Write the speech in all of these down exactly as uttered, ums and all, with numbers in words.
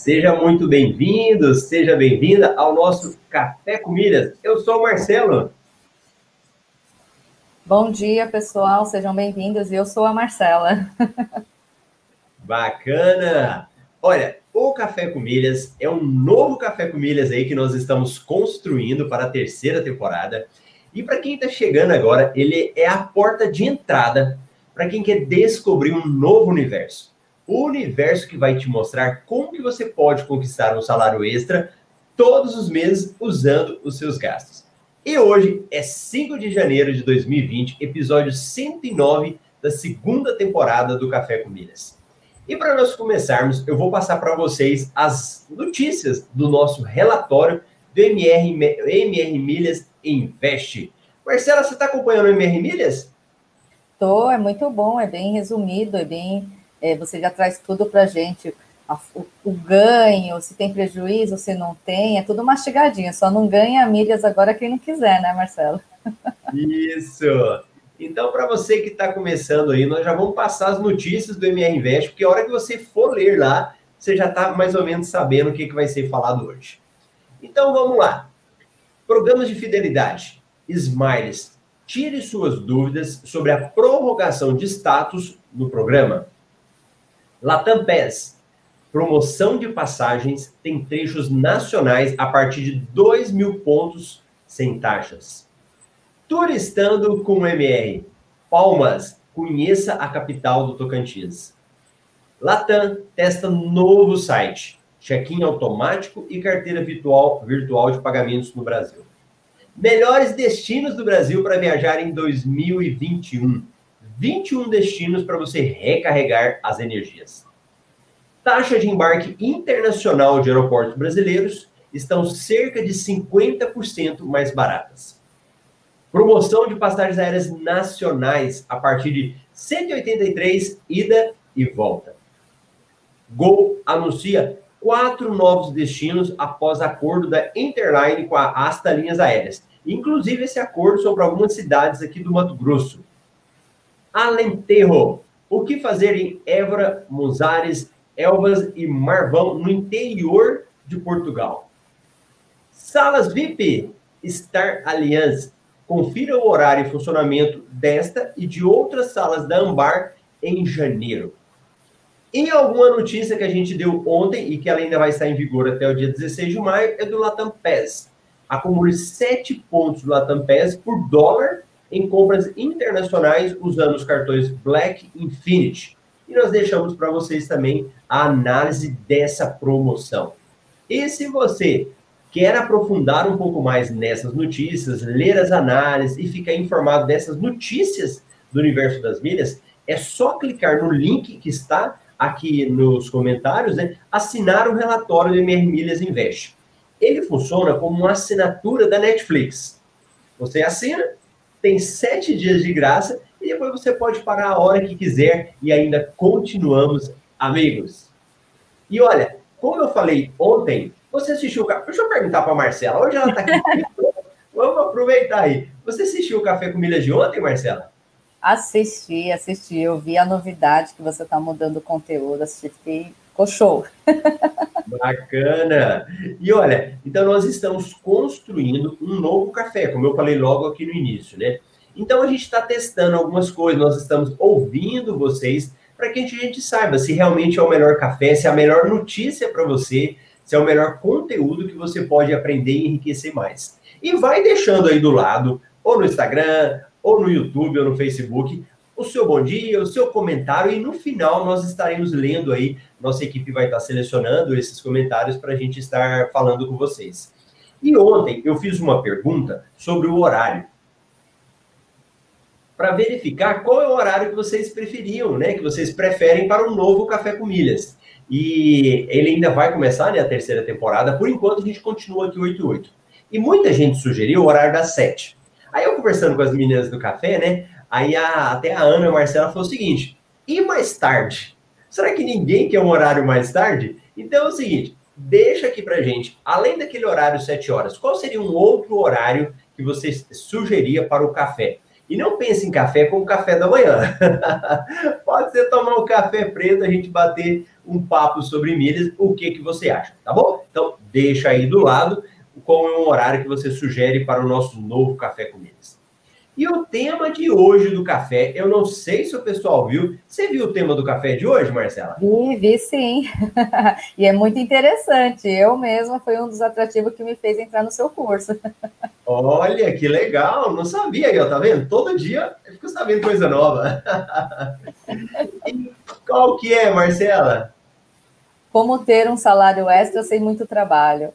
Seja muito bem-vindo, seja bem-vinda ao nosso Café com Milhas. Eu sou o Marcelo. Bom dia, pessoal, sejam bem-vindos. Eu sou a Marcela. Bacana! Olha, o Café com Milhas é um novo Café com Milhas aí que nós estamos construindo para a terceira temporada. E para quem está chegando agora, ele é a porta de entrada para quem quer descobrir um novo universo. O universo que vai te mostrar como que você pode conquistar um salário extra todos os meses usando os seus gastos. E hoje é cinco de janeiro de dois mil e vinte, episódio cento e nove da segunda temporada do Café com Milhas. E para nós começarmos, eu vou passar para vocês as notícias do nosso relatório do M R, M R Milhas Invest. Marcela, você está acompanhando o M R Milhas? Tô, é muito bom, é bem resumido, é bem... É, você já traz tudo para a gente, o, o ganho, se tem prejuízo, se não tem, é tudo mastigadinho, só não ganha milhas agora quem não quiser, né, Marcelo? Isso! Então, para você que está começando aí, nós já vamos passar as notícias do M R Invest, porque a hora que você for ler lá, você já está mais ou menos sabendo o que, que vai ser falado hoje. Então, vamos lá. Programas de fidelidade. Smiles. Tire suas dúvidas sobre a prorrogação de status no programa. Latam Pass. Promoção de passagens tem trechos nacionais a partir de dois mil pontos sem taxas. Turistando com o M R. Palmas, conheça a capital do Tocantins. Latam testa novo site. Check-in automático e carteira virtual, virtual de pagamentos no Brasil. Melhores destinos do Brasil para viajar em dois mil e vinte e um. vinte e um destinos para você recarregar as energias. Taxa de embarque internacional de aeroportos brasileiros estão cerca de cinquenta por cento mais baratas. Promoção de passagens aéreas nacionais a partir de cento e oitenta e três ida e volta. Gol anuncia quatro novos destinos após acordo da Interline com a Asta Linhas Aéreas. Inclusive esse acordo sobre algumas cidades aqui do Mato Grosso. Alentejo. O que fazer em Évora, Munzares, Elvas e Marvão, no interior de Portugal? Salas V I P. Star Allianz. Confira o horário e funcionamento desta e de outras salas da Ambar em janeiro. E alguma notícia que a gente deu ontem e que ela ainda vai estar em vigor até o dia dezesseis de maio é do Latam Pass. Acumule sete pontos do Latam Pass por dólar em compras internacionais usando os cartões Black Infinity. E nós deixamos para vocês também a análise dessa promoção. E se você quer aprofundar um pouco mais nessas notícias, ler as análises e ficar informado dessas notícias do universo das milhas, é só clicar no link que está aqui nos comentários, né? Assinar o relatório do M R Milhas Invest. Ele funciona como uma assinatura da Netflix. Você assina, tem sete dias de graça e depois você pode parar a hora que quiser e ainda continuamos amigos. E olha, como eu falei ontem, você assistiu o café... Deixa eu perguntar para a Marcela. Hoje ela está aqui. Vamos aproveitar aí. Você assistiu o Café com Milhas de ontem, Marcela? Assisti, assisti. Eu vi a novidade que você está mudando o conteúdo. Assisti, ficou show. Bacana. E olha, então nós estamos construindo um novo café, como eu falei logo aqui no início, né? Então a gente está testando algumas coisas, nós estamos ouvindo vocês para que a gente saiba se realmente é o melhor café, se é a melhor notícia para você, se é o melhor conteúdo que você pode aprender e enriquecer mais. E vai deixando aí do lado, ou no Instagram, ou no YouTube, ou no Facebook, o seu bom dia, o seu comentário, e no final nós estaremos lendo aí, nossa equipe vai estar selecionando esses comentários para a gente estar falando com vocês. E ontem eu fiz uma pergunta sobre o horário, para verificar qual é o horário que vocês preferiam, né, que vocês preferem para um novo Café com Milhas. E ele ainda vai começar, né, a terceira temporada. Por enquanto, a gente continua aqui oito e oito. E muita gente sugeriu o horário das sete. Aí eu conversando com as meninas do café, né, aí a, até a Ana e a Marcela falou o seguinte, e mais tarde? Será que ninguém quer um horário mais tarde? Então é o seguinte, deixa aqui pra gente, além daquele horário sete horas, qual seria um outro horário que você sugeria para o café? E não pense em café como café da manhã. Pode ser tomar um café preto, a gente bater um papo sobre milhas, o que, que você acha, tá bom? Então, deixa aí do lado qual é o horário que você sugere para o nosso novo Café com Milhas. E o tema de hoje do café, eu não sei se o pessoal viu. Você viu o tema do café de hoje, Marcela? Vi, vi sim. E é muito interessante. Eu mesma foi um dos atrativos que me fez entrar no seu curso. Olha, que legal. Não sabia aí, ó, tá vendo? Todo dia eu fico sabendo coisa nova. E qual que é, Marcela? Como ter um salário extra sem muito trabalho.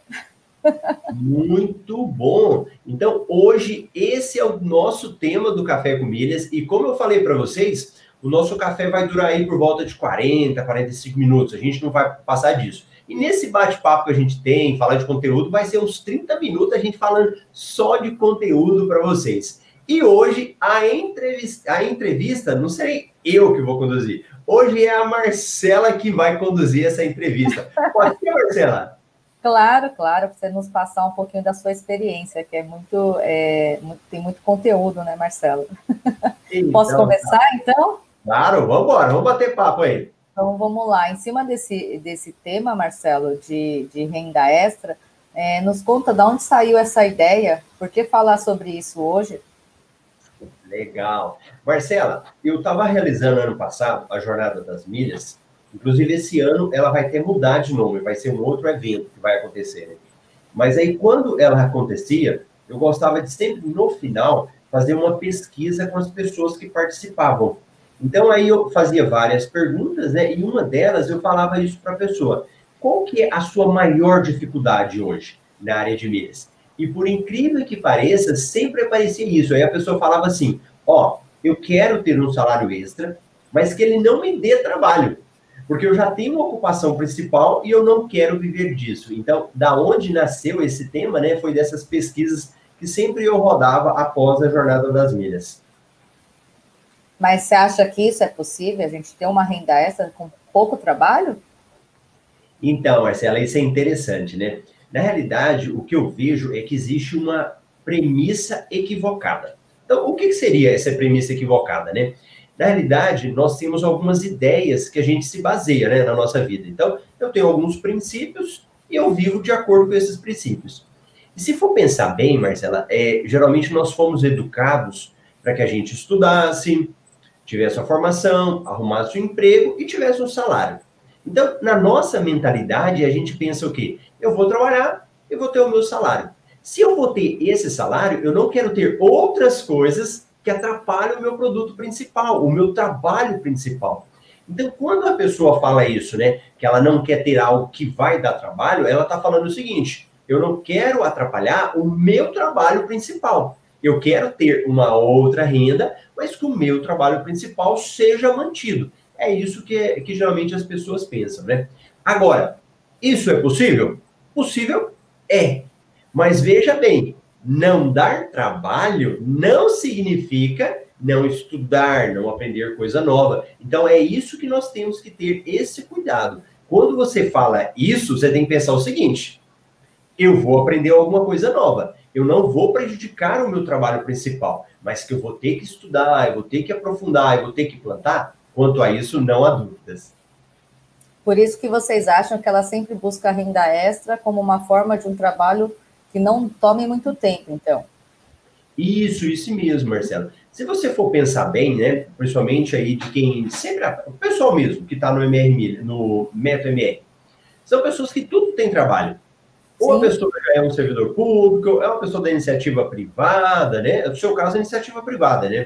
Muito bom! Então, hoje, esse é o nosso tema do Café com Milhas. E como eu falei para vocês, o nosso café vai durar aí por volta de quarenta, quarenta e cinco minutos. A gente não vai passar disso. E nesse bate-papo que a gente tem, falar de conteúdo, vai ser uns trinta minutos a gente falando só de conteúdo para vocês. E hoje, a entrevista, a entrevista, não serei eu que vou conduzir. Hoje é a Marcela que vai conduzir essa entrevista. Pode ser, Marcela? Claro, claro, para você nos passar um pouquinho da sua experiência, que é muito, é, muito tem muito conteúdo, né, Marcelo? Então, posso começar, tá. Então? Claro, vamos embora, vamos bater papo aí. Então, vamos lá. Em cima desse, desse tema, Marcelo, de, de renda extra, é, nos conta de onde saiu essa ideia, por que falar sobre isso hoje? Legal. Marcela, eu estava realizando ano passado a Jornada das Milhas. Inclusive, esse ano ela vai ter mudar de nome, vai ser um outro evento que vai acontecer. Né? Mas aí, quando ela acontecia, eu gostava de sempre, no final, fazer uma pesquisa com as pessoas que participavam. Então, aí eu fazia várias perguntas, né? E uma delas eu falava isso para a pessoa. Qual que é a sua maior dificuldade hoje na área de milhas? E por incrível que pareça, sempre aparecia isso. Aí a pessoa falava assim, ó, eu quero ter um salário extra, mas que ele não me dê trabalho. Porque eu já tenho uma ocupação principal e eu não quero viver disso. Então, da onde nasceu esse tema, né? Foi dessas pesquisas que sempre eu rodava após a Jornada das Milhas. Mas você acha que isso é possível? A gente ter uma renda extra com pouco trabalho? Então, Marcela, isso é interessante, né? Na realidade, o que eu vejo é que existe uma premissa equivocada. Então, o que seria essa premissa equivocada, né? Na realidade, nós temos algumas ideias que a gente se baseia, né, na nossa vida. Então, eu tenho alguns princípios e eu vivo de acordo com esses princípios. E se for pensar bem, Marcela, é, geralmente nós fomos educados para que a gente estudasse, tivesse uma formação, arrumasse um emprego e tivesse um salário. Então, na nossa mentalidade, a gente pensa o quê? Eu vou trabalhar, eu vou ter o meu salário. Se eu vou ter esse salário, eu não quero ter outras coisas que atrapalham o meu produto principal, o meu trabalho principal. Então, quando a pessoa fala isso, né, que ela não quer ter algo que vai dar trabalho, ela está falando o seguinte, eu não quero atrapalhar o meu trabalho principal. Eu quero ter uma outra renda, mas que o meu trabalho principal seja mantido. É isso que, é, que geralmente as pessoas pensam, né? Agora, isso é possível? Possível é. Mas veja bem, não dar trabalho não significa não estudar, não aprender coisa nova. Então, é isso que nós temos que ter esse cuidado. Quando você fala isso, você tem que pensar o seguinte, eu vou aprender alguma coisa nova. Eu não vou prejudicar o meu trabalho principal, mas que eu vou ter que estudar, eu vou ter que aprofundar, eu vou ter que plantar. Quanto a isso, não há dúvidas. Por isso que vocês acham que ela sempre busca renda extra como uma forma de um trabalho que não tome muito tempo, então? Isso, isso mesmo, Marcelo. Se você for pensar bem, né, principalmente aí de quem sempre, o pessoal mesmo que está no M R, no Método M R, são pessoas que tudo tem trabalho. Ou a pessoa já é um servidor público, é uma pessoa da iniciativa privada, né? No seu caso, é iniciativa privada, né?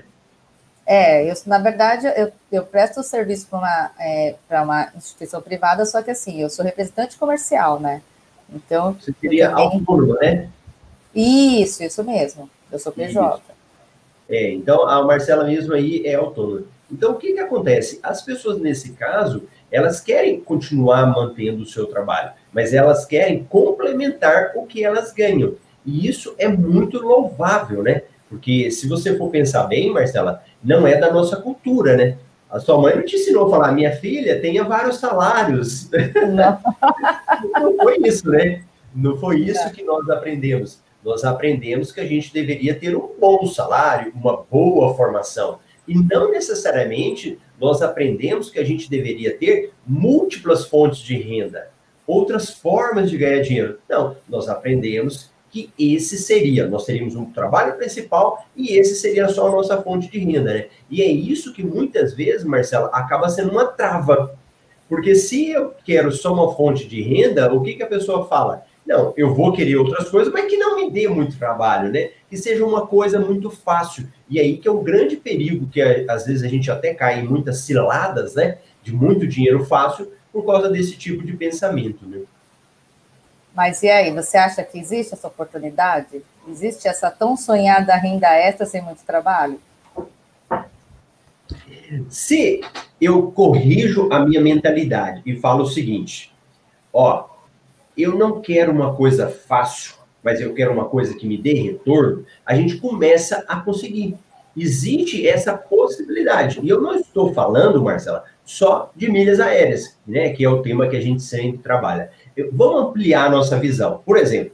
É, eu, na verdade, eu, eu presto serviço para uma, é, para uma instituição privada, só que assim, eu sou representante comercial, né? Então... Você seria também... autônomo, né? Isso, isso mesmo. Eu sou P J. Isso. É, então, a Marcela mesmo aí é autônoma. Então, o que que acontece? As pessoas, nesse caso, elas querem continuar mantendo o seu trabalho, mas elas querem complementar o que elas ganham. E isso é muito louvável, né? Porque se você for pensar bem, Marcela, não é da nossa cultura, né? A sua mãe não te ensinou a falar, minha filha, tenha vários salários. Não, não foi isso, né? Não foi isso que nós aprendemos. Nós aprendemos que a gente deveria ter um bom salário, uma boa formação. E não necessariamente nós aprendemos que a gente deveria ter múltiplas fontes de renda, outras formas de ganhar dinheiro. Não, nós aprendemos que esse seria, nós teríamos um trabalho principal e esse seria só a nossa fonte de renda, né? E é isso que muitas vezes, Marcelo, acaba sendo uma trava. Porque se eu quero só uma fonte de renda, o que, que a pessoa fala? Não, eu vou querer outras coisas, mas que não me dê muito trabalho, né? Que seja uma coisa muito fácil. E aí que é um grande perigo, que às vezes a gente até cai em muitas ciladas, né? De muito dinheiro fácil, por causa desse tipo de pensamento, né? Mas e aí, você acha que existe essa oportunidade? Existe essa tão sonhada renda extra sem muito trabalho? Se eu corrijo a minha mentalidade e falo o seguinte, ó, eu não quero uma coisa fácil, mas eu quero uma coisa que me dê retorno, a gente começa a conseguir. Existe essa possibilidade. E eu não estou falando, Marcela, só de milhas aéreas, né, que é o tema que a gente sempre trabalha. Eu, vamos ampliar a nossa visão. Por exemplo,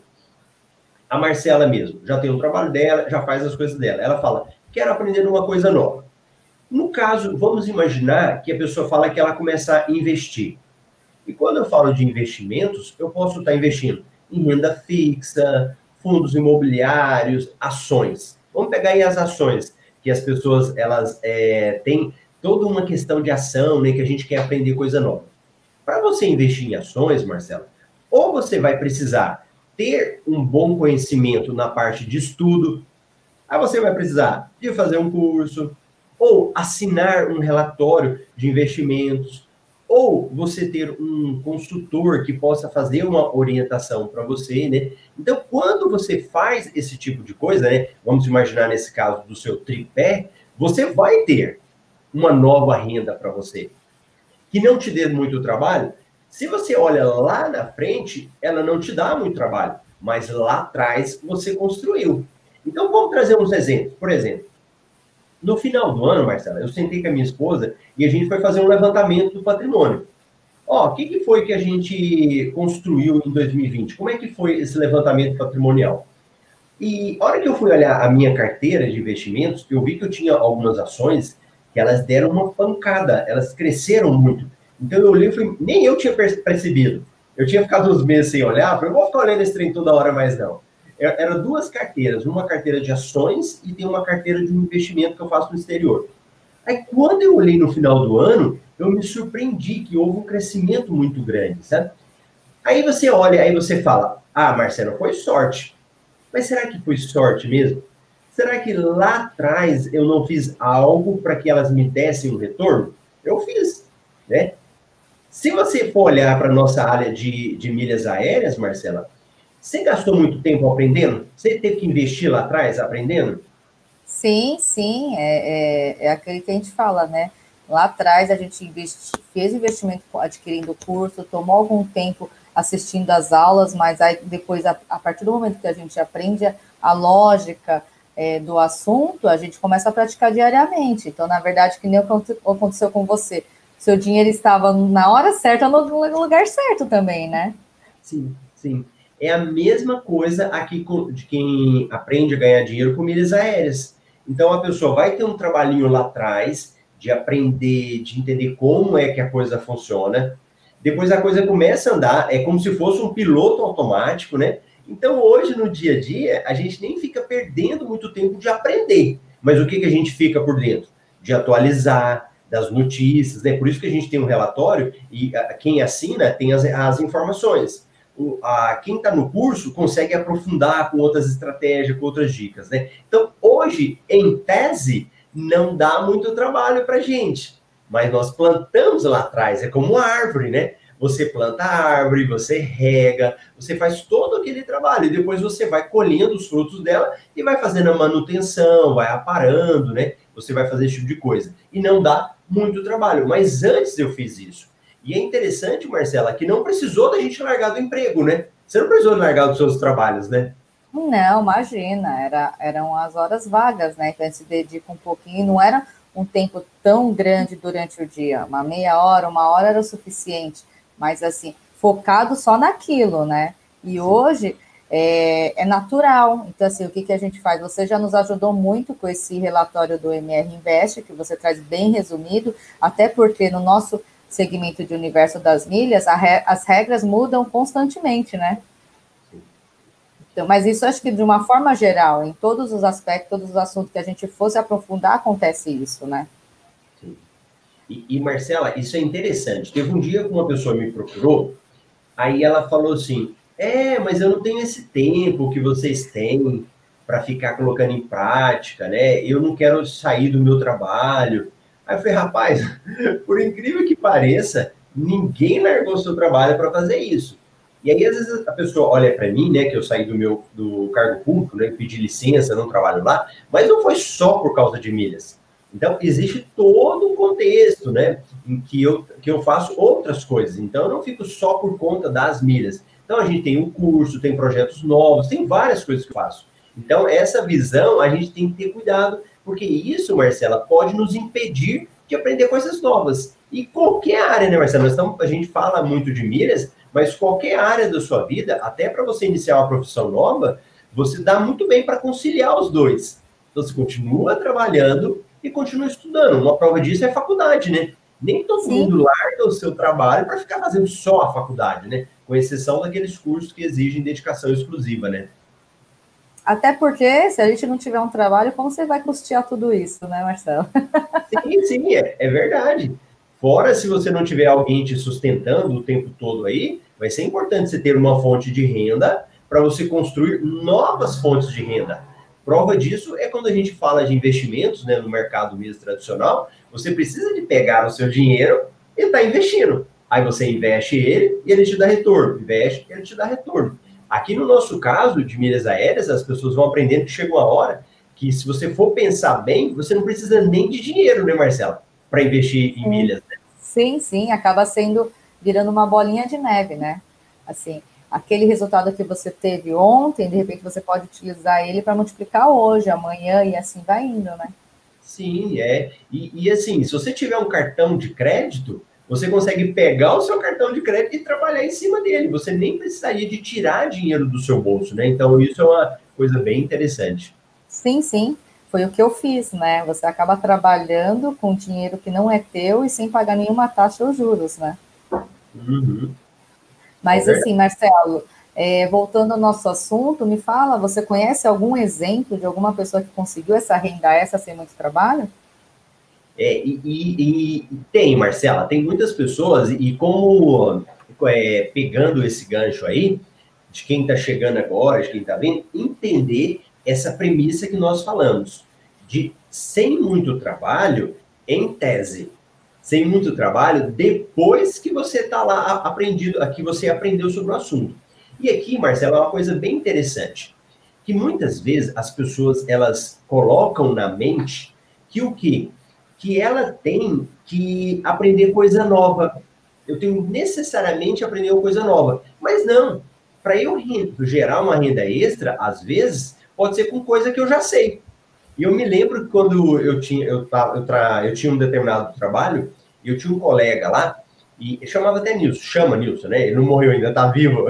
a Marcela mesmo, já tem o trabalho dela, já faz as coisas dela. Ela fala, quero aprender uma coisa nova. No caso, vamos imaginar que a pessoa fala que ela começa a investir. E quando eu falo de investimentos, eu posso estar investindo em renda fixa, fundos imobiliários, ações. Vamos pegar aí as ações, que as pessoas elas é, têm toda uma questão de ação, né, que a gente quer aprender coisa nova. Para você investir em ações, Marcelo, ou você vai precisar ter um bom conhecimento na parte de estudo, aí você vai precisar de fazer um curso, ou assinar um relatório de investimentos, ou você ter um consultor que possa fazer uma orientação para você, né? Então, quando você faz esse tipo de coisa, né? Vamos imaginar nesse caso do seu tripé, você vai ter uma nova renda para você, que não te dê muito trabalho. Se você olha lá na frente, ela não te dá muito trabalho, mas lá atrás você construiu. Então, vamos trazer uns exemplos. Por exemplo, no final do ano, Marcela, eu sentei com a minha esposa e a gente foi fazer um levantamento do patrimônio. Ó, o que, que foi que a gente construiu em dois mil e vinte? Como é que foi esse levantamento patrimonial? E a hora que eu fui olhar a minha carteira de investimentos, eu vi que eu tinha algumas ações que elas deram uma pancada, elas cresceram muito. Então eu olhei e falei, nem eu tinha percebido. Eu tinha ficado uns meses sem olhar, falei, não vou ficar olhando esse trem toda hora mais não. Eram duas carteiras, uma carteira de ações e tem uma carteira de um investimento que eu faço no exterior. Aí, quando eu olhei no final do ano, eu me surpreendi que houve um crescimento muito grande, sabe? Aí você olha, aí você fala, ah, Marcelo, foi sorte. Mas será que foi sorte mesmo? Será que lá atrás eu não fiz algo para que elas me dessem um retorno? Eu fiz, né? Se você for olhar para a nossa área de, de milhas aéreas, Marcela, você gastou muito tempo aprendendo? Você teve que investir lá atrás aprendendo? Sim, sim, é, é, é aquele que a gente fala, né? Lá atrás a gente investi, fez investimento adquirindo curso, tomou algum tempo assistindo às aulas, mas aí depois, a, a partir do momento que a gente aprende a, a lógica é, do assunto, a gente começa a praticar diariamente. Então, na verdade, que nem aconteceu com você, seu dinheiro estava na hora certa, no lugar certo também, né? Sim, sim. É a mesma coisa aqui com, de quem aprende a ganhar dinheiro com milhas aéreas. Então, a pessoa vai ter um trabalhinho lá atrás de aprender, de entender como é que a coisa funciona. Depois a coisa começa a andar, é como se fosse um piloto automático, né? Então, hoje, no dia a dia, a gente nem fica perdendo muito tempo de aprender. Mas o que, que a gente fica por dentro? De atualizar, das notícias, né? Por isso que a gente tem um relatório e a, quem assina tem as, as informações. O, a, quem está no curso consegue aprofundar com outras estratégias, com outras dicas, né? Então, hoje, em tese, não dá muito trabalho para a gente, mas nós plantamos lá atrás, é como uma árvore, né? Você planta a árvore, você rega, você faz todo aquele trabalho, e depois você vai colhendo os frutos dela e vai fazendo a manutenção, vai aparando, né? Você vai fazer esse tipo de coisa. E não dá muito trabalho, mas antes eu fiz isso. E é interessante, Marcela, que não precisou da gente largar do emprego, né? Você não precisou largar dos seus trabalhos, né? Não, imagina, era, eram as horas vagas, né? Então a gente se dedica um pouquinho, não era um tempo tão grande durante o dia, uma meia hora, uma hora era o suficiente, mas assim, focado só naquilo, né? E hoje é, é natural. Então, assim, o que, que a gente faz? Você já nos ajudou muito com esse relatório do M R Invest, que você traz bem resumido, até porque no nosso segmento de universo das milhas, re, as regras mudam constantemente, né? Então, mas isso acho que de uma forma geral, em todos os aspectos, todos os assuntos que a gente fosse aprofundar, acontece isso, né? Sim. E, e, Marcela, isso é interessante. Teve um dia que uma pessoa me procurou, aí ela falou assim, é, mas eu não tenho esse tempo que vocês têm para ficar colocando em prática, né? Eu não quero sair do meu trabalho. Aí eu falei, rapaz, por incrível que pareça, ninguém largou seu trabalho para fazer isso. E aí, às vezes, a pessoa olha para mim, né, que eu saí do meu do cargo público, né, pedi licença, não trabalho lá, mas não foi só por causa de milhas. Então, existe todo um contexto, né, em que eu, que eu faço outras coisas. Então, eu não fico só por conta das milhas. Então, a gente tem um curso, tem projetos novos, tem várias coisas que eu faço. Então, essa visão, a gente tem que ter cuidado, porque isso, Marcela, pode nos impedir de aprender coisas novas. E qualquer área, né, Marcela? Nós estamos, a gente fala muito de milhas, mas qualquer área da sua vida, até para você iniciar uma profissão nova, você dá muito bem para conciliar os dois. Então, você continua trabalhando e continua estudando. Uma prova disso é a faculdade, né? Nem todo Sim. mundo larga o seu trabalho para ficar fazendo só a faculdade, né? Com exceção daqueles cursos que exigem dedicação exclusiva, né? Até porque, se a gente não tiver um trabalho, como você vai custear tudo isso, né, Marcelo? Sim, sim, é, é verdade. Fora, se você não tiver alguém te sustentando o tempo todo aí, vai ser importante você ter uma fonte de renda para você construir novas fontes de renda. Prova disso é quando a gente fala de investimentos, né, no mercado mesmo tradicional, você precisa de pegar o seu dinheiro e estar tá investindo. Aí você investe ele e ele te dá retorno. Investe e ele te dá retorno. Aqui no nosso caso de milhas aéreas, as pessoas vão aprendendo que chega uma hora que, se você for pensar bem, você não precisa nem de dinheiro, né, Marcela? Para investir em milhas, né? Sim, sim, acaba sendo, virando uma bolinha de neve, né? Assim, aquele resultado que você teve ontem, de repente você pode utilizar ele para multiplicar hoje, amanhã, e assim vai indo, né? Sim, é. E, e assim, se você tiver um cartão de crédito, você consegue pegar o seu cartão de crédito e trabalhar em cima dele. Você nem precisaria de tirar dinheiro do seu bolso, né? Então, isso é uma coisa bem interessante. Sim, sim. Foi o que eu fiz, né? Você acaba trabalhando com dinheiro que não é teu e sem pagar nenhuma taxa ou juros, né? Uhum. Mas é assim, Marcelo, é, voltando ao nosso assunto, me fala, você conhece algum exemplo de alguma pessoa que conseguiu essa renda extra sem muito trabalho? É, e, e, e tem, Marcela, tem muitas pessoas, e como é, pegando esse gancho aí, de quem está chegando agora, de quem está vendo, entender essa premissa que nós falamos, de sem muito trabalho, em tese, sem muito trabalho, depois que você está lá aprendido, que você aprendeu sobre o assunto. E aqui, Marcelo, é uma coisa bem interessante, que muitas vezes as pessoas, elas colocam na mente que o quê? Que ela tem que aprender coisa nova. Eu tenho necessariamente aprender uma coisa nova. Mas não, para eu gerar uma renda extra, às vezes, pode ser com coisa que eu já sei. E eu me lembro que quando eu tinha, eu, eu, tra, eu tinha um determinado trabalho, eu tinha um colega lá, e chamava até Nilson, chama Nilson, né? Ele não morreu ainda, tá vivo.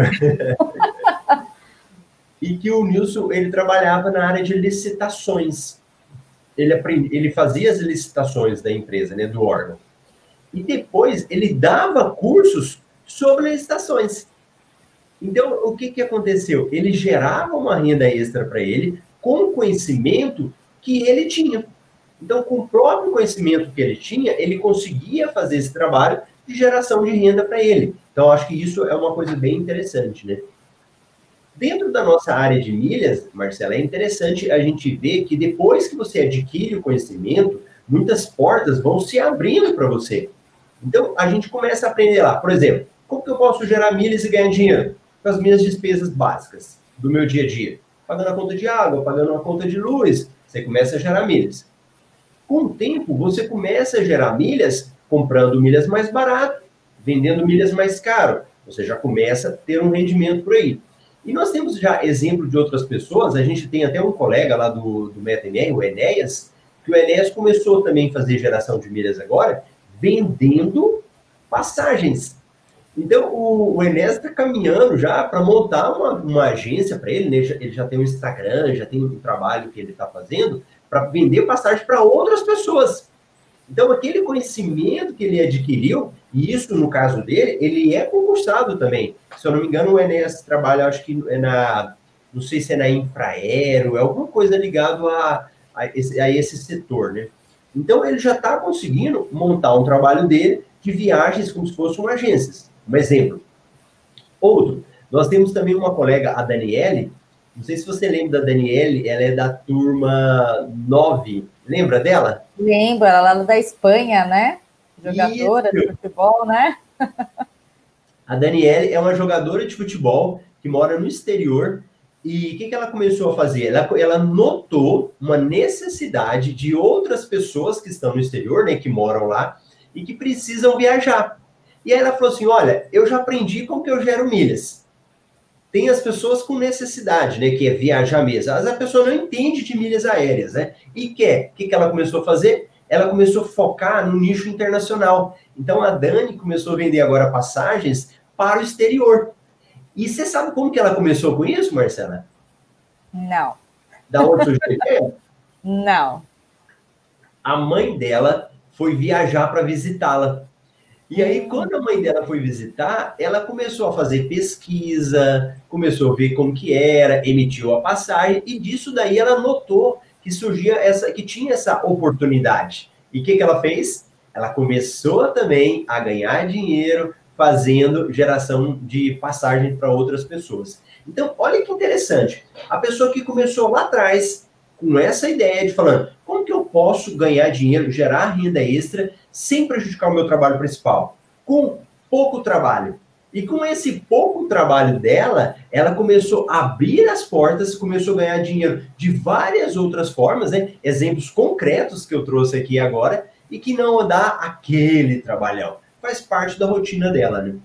E que o Nilson, ele trabalhava na área de licitações. Ele, aprendi, ele fazia as licitações da empresa, né, do órgão. E depois ele dava cursos sobre licitações. Então, o que, que aconteceu? Ele gerava uma renda extra para ele com o conhecimento que ele tinha. Então, com o próprio conhecimento que ele tinha, ele conseguia fazer esse trabalho de geração de renda para ele. Então, acho que isso é uma coisa bem interessante, né? Dentro da nossa área de milhas, Marcela, é interessante a gente ver que depois que você adquire o conhecimento, muitas portas vão se abrindo para você. Então, a gente começa a aprender lá. Por exemplo, como que eu posso gerar milhas e ganhar dinheiro? Com as minhas despesas básicas do meu dia a dia. Pagando a conta de água, pagando a conta de luz, você começa a gerar milhas. Com o tempo, você começa a gerar milhas comprando milhas mais barato, vendendo milhas mais caro. Você já começa a ter um rendimento por aí. E nós temos já exemplo de outras pessoas, a gente tem até um colega lá do, do MetaMR, o Enéas, que o Enéas começou também a fazer geração de milhas agora, vendendo passagens. Então, o, o Enéas está caminhando já para montar uma, uma agência para ele, né? Ele já, ele já tem um Instagram, já tem um trabalho que ele está fazendo para vender passagem para outras pessoas. Então, aquele conhecimento que ele adquiriu, e isso, no caso dele, ele é concursado também. Se eu não me engano, o Enéas trabalha, acho que é na, não sei se é na Infraero, é alguma coisa ligada a, a, esse, a esse setor, né? Então, ele já está conseguindo montar um trabalho dele de viagens como se fossem agências. Um exemplo. Outro, nós temos também uma colega, a Daniele. Não sei se você lembra da Daniele, ela é da turma nove. Lembra dela? Lembro, ela é da Espanha, né? Jogadora Isso. de futebol, né? A Daniele é uma jogadora de futebol que mora no exterior. E o que, que ela começou a fazer? Ela, ela notou uma necessidade de outras pessoas que estão no exterior, né, que moram lá, e que precisam viajar. E aí ela falou assim, olha, eu já aprendi como que eu gero milhas. Tem as pessoas com necessidade, né, que é viajar mesmo. Mas a pessoa não entende de milhas aéreas, né, e quer. O que, que ela começou a fazer? Ela começou a focar no nicho internacional. Então a Dani começou a vender agora passagens para o exterior. E você sabe como que ela começou com isso, Marcela? Não. Da onde surgiu a ideia? Não. A mãe dela foi viajar para visitá-la. E aí, quando a mãe dela foi visitar, ela começou a fazer pesquisa, começou a ver como que era, emitiu a passagem, e disso daí ela notou que surgia essa, que tinha essa oportunidade. E o que, que ela fez? Ela começou também a ganhar dinheiro fazendo geração de passagem para outras pessoas. Então, olha que interessante. A pessoa que começou lá atrás com essa ideia de falando, como que eu posso ganhar dinheiro, gerar renda extra, sem prejudicar o meu trabalho principal? Com pouco trabalho. E com esse pouco trabalho dela, ela começou a abrir as portas, começou a ganhar dinheiro de várias outras formas, né? Exemplos concretos que eu trouxe aqui agora, e que não dá aquele trabalhão. Faz parte da rotina dela, né?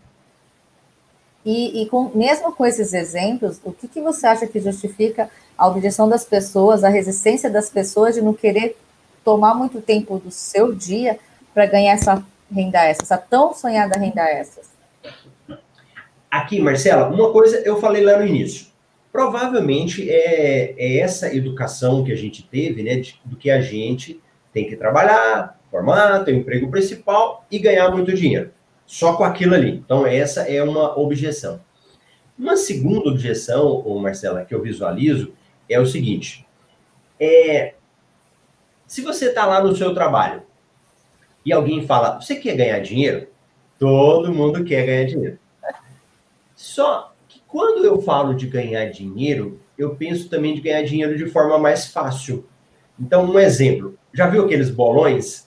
E, e com, mesmo com esses exemplos, o que, que você acha que justifica a objeção das pessoas, a resistência das pessoas de não querer tomar muito tempo do seu dia para ganhar essa renda extra, essa tão sonhada renda extra? Aqui, Marcela, uma coisa eu falei lá no início. Provavelmente é, é essa educação que a gente teve, né, de, do que a gente tem que trabalhar, formar, ter um emprego principal e ganhar muito dinheiro. Só com aquilo ali. Então, essa é uma objeção. Uma segunda objeção, ô Marcela, que eu visualizo, é o seguinte. É, se você está lá no seu trabalho e alguém fala, você quer ganhar dinheiro? Todo mundo quer ganhar dinheiro. Só que quando eu falo de ganhar dinheiro, eu penso também de ganhar dinheiro de forma mais fácil. Então, um exemplo. Já viu aqueles bolões?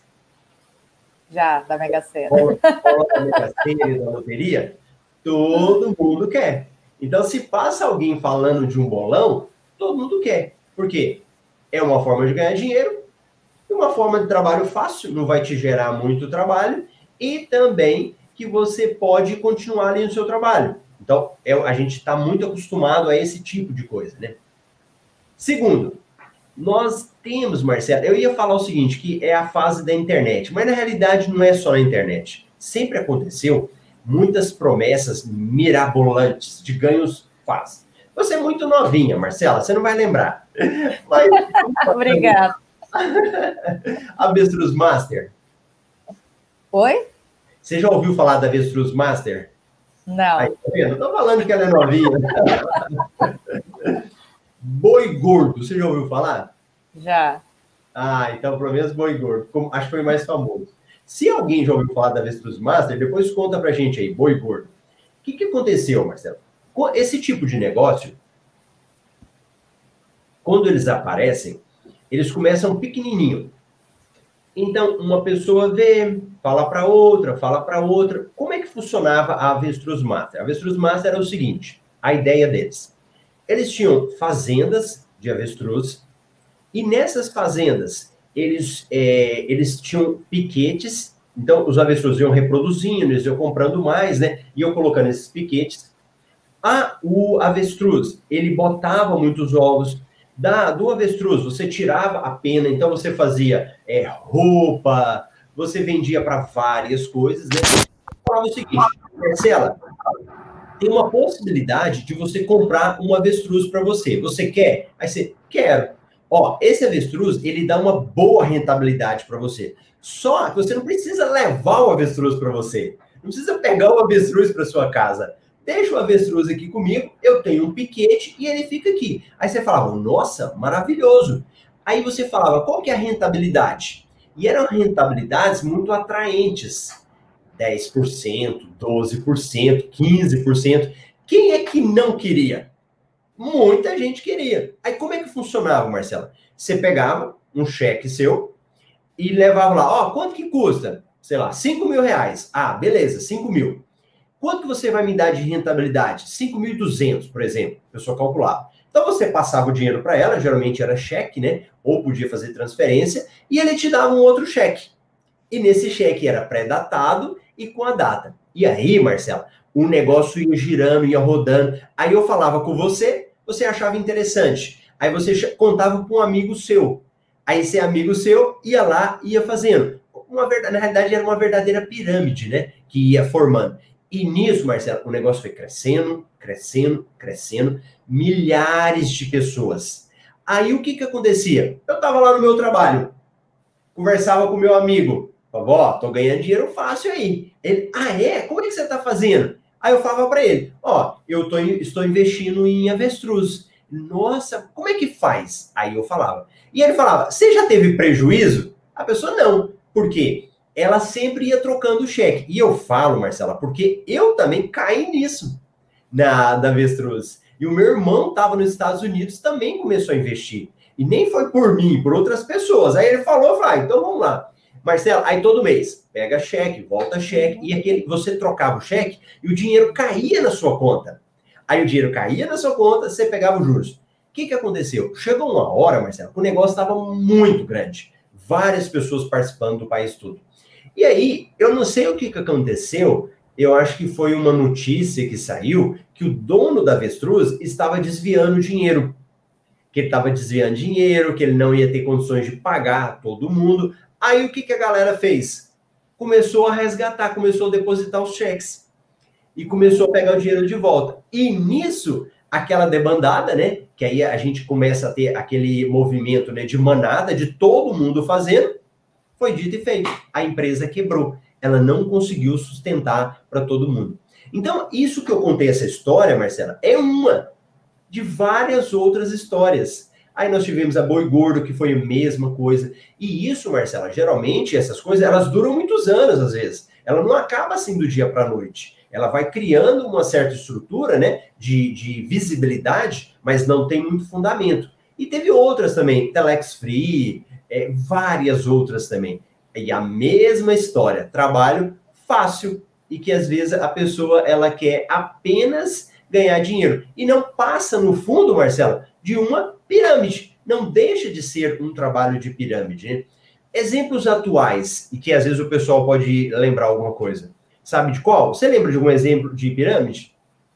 Já, da Mega Sena. Bola da Mega Sena e da loteria? Todo mundo quer. Então, se passa alguém falando de um bolão, todo mundo quer. Por quê? É uma forma de ganhar dinheiro, uma forma de trabalho fácil, não vai te gerar muito trabalho, e também que você pode continuar ali no seu trabalho. Então, é, a gente está muito acostumado a esse tipo de coisa, né? Segundo, nós temos, Marcelo, eu ia falar o seguinte, que é a fase da internet, mas na realidade não é só na internet. Sempre aconteceu muitas promessas mirabolantes de ganhos fáceis. Você é muito novinha, Marcela, você não vai lembrar. Mas... Obrigada. Avestruz Master. Oi? Você já ouviu falar da Avestruz Master? Não. Aí, tá vendo? Eu tô falando que ela é novinha. Boi gordo, você já ouviu falar? Já. Ah, então pelo menos boi gordo. Acho que foi mais famoso. Se alguém já ouviu falar da Avestruz Master, depois conta pra gente aí, boi gordo. O que, que aconteceu, Marcelo? Esse tipo de negócio, quando eles aparecem, eles começam pequenininho. Então, uma pessoa vê, fala para outra, fala para outra. Como é que funcionava a Avestruz Master? A Avestruz Master era o seguinte, a ideia deles. Eles tinham fazendas de avestruz, e nessas fazendas, eles, é, eles tinham piquetes, então os avestruz iam reproduzindo, eles iam comprando mais, né? Iam colocando esses piquetes. Ah, o avestruz, ele botava muitos ovos. Da, do avestruz, você tirava a pena, então você fazia é, roupa, você vendia para várias coisas, né? falava o seguinte, Marcela, tem uma possibilidade de você comprar um avestruz para você. Você quer? Aí você, quero. Ó, esse avestruz, ele dá uma boa rentabilidade para você. Só que você não precisa levar o avestruz para você. Não precisa pegar o avestruz para sua casa. Deixa o avestruz aqui comigo, eu tenho um piquete e ele fica aqui. Aí você falava, nossa, maravilhoso. Aí você falava, qual que é a rentabilidade? E eram rentabilidades muito atraentes. dez por cento, doze por cento, quinze por cento. Quem é que não queria? Muita gente queria. Aí como é que funcionava, Marcela? Você pegava um cheque seu e levava lá, ó, quanto que custa? Sei lá, cinco mil reais. Ah, beleza, cinco mil. Quanto que você vai me dar de rentabilidade? cinco mil e duzentos, por exemplo. Eu só calculava. Então você passava o dinheiro para ela, geralmente era cheque, né? Ou podia fazer transferência, e ele te dava um outro cheque. E nesse cheque era pré-datado e com a data. E aí, Marcela, o negócio ia girando, ia rodando. Aí eu falava com você, você achava interessante. Aí você contava com um amigo seu. Aí esse amigo seu ia lá, ia fazendo. Uma verdade, na realidade, era uma verdadeira pirâmide, né? Que ia formando. E nisso, Marcelo, o negócio foi crescendo, crescendo, crescendo. Milhares de pessoas. Aí o que que acontecia? Eu estava lá no meu trabalho, conversava com o meu amigo. Falava, ó, tô ganhando dinheiro fácil aí. Ele, ah é? Como é que você tá fazendo? Aí eu falava para ele, ó, eu tô, estou investindo em avestruz. Nossa, como é que faz? Aí eu falava. E ele falava, você já teve prejuízo? A pessoa não. Por quê? Ela sempre ia trocando o cheque. E eu falo, Marcela, porque eu também caí nisso, na, da avestruz. E o meu irmão estava nos Estados Unidos, também começou a investir. E nem foi por mim, por outras pessoas. Aí ele falou, vai, então vamos lá. Marcelo, aí todo mês, pega cheque, volta cheque, e aquele, você trocava o cheque e o dinheiro caía na sua conta. Aí o dinheiro caía na sua conta, você pegava os juros. O que que aconteceu? Chegou uma hora, Marcelo, que o negócio estava muito grande. Várias pessoas participando do país todo. E aí, eu não sei o que que aconteceu, eu acho que foi uma notícia que saiu que o dono da avestruz estava desviando dinheiro. Que ele estava desviando dinheiro, que ele não ia ter condições de pagar todo mundo. Aí o que que a galera fez? Começou a resgatar, começou a depositar os cheques. E começou a pegar o dinheiro de volta. E nisso, aquela debandada, né? Que aí a gente começa a ter aquele movimento, né, de manada, de todo mundo fazendo. Foi dito e feito. A empresa quebrou. Ela não conseguiu sustentar para todo mundo. Então, isso que eu contei, essa história, Marcela, é uma de várias outras histórias. Aí nós tivemos a Boi Gordo, que foi a mesma coisa. E isso, Marcela, geralmente essas coisas, elas duram muitos anos, às vezes. Ela não acaba assim do dia para a noite. Ela vai criando uma certa estrutura, né, de, de visibilidade, mas não tem muito fundamento. E teve outras também, Telex Free, é, várias outras também. E a mesma história, trabalho fácil e que às vezes a pessoa ela quer apenas ganhar dinheiro. E não passa no fundo, Marcela, de uma pirâmide. Não deixa de ser um trabalho de pirâmide, né? Exemplos atuais, e que às vezes o pessoal pode lembrar alguma coisa. Sabe de qual? Você lembra de algum exemplo de pirâmide?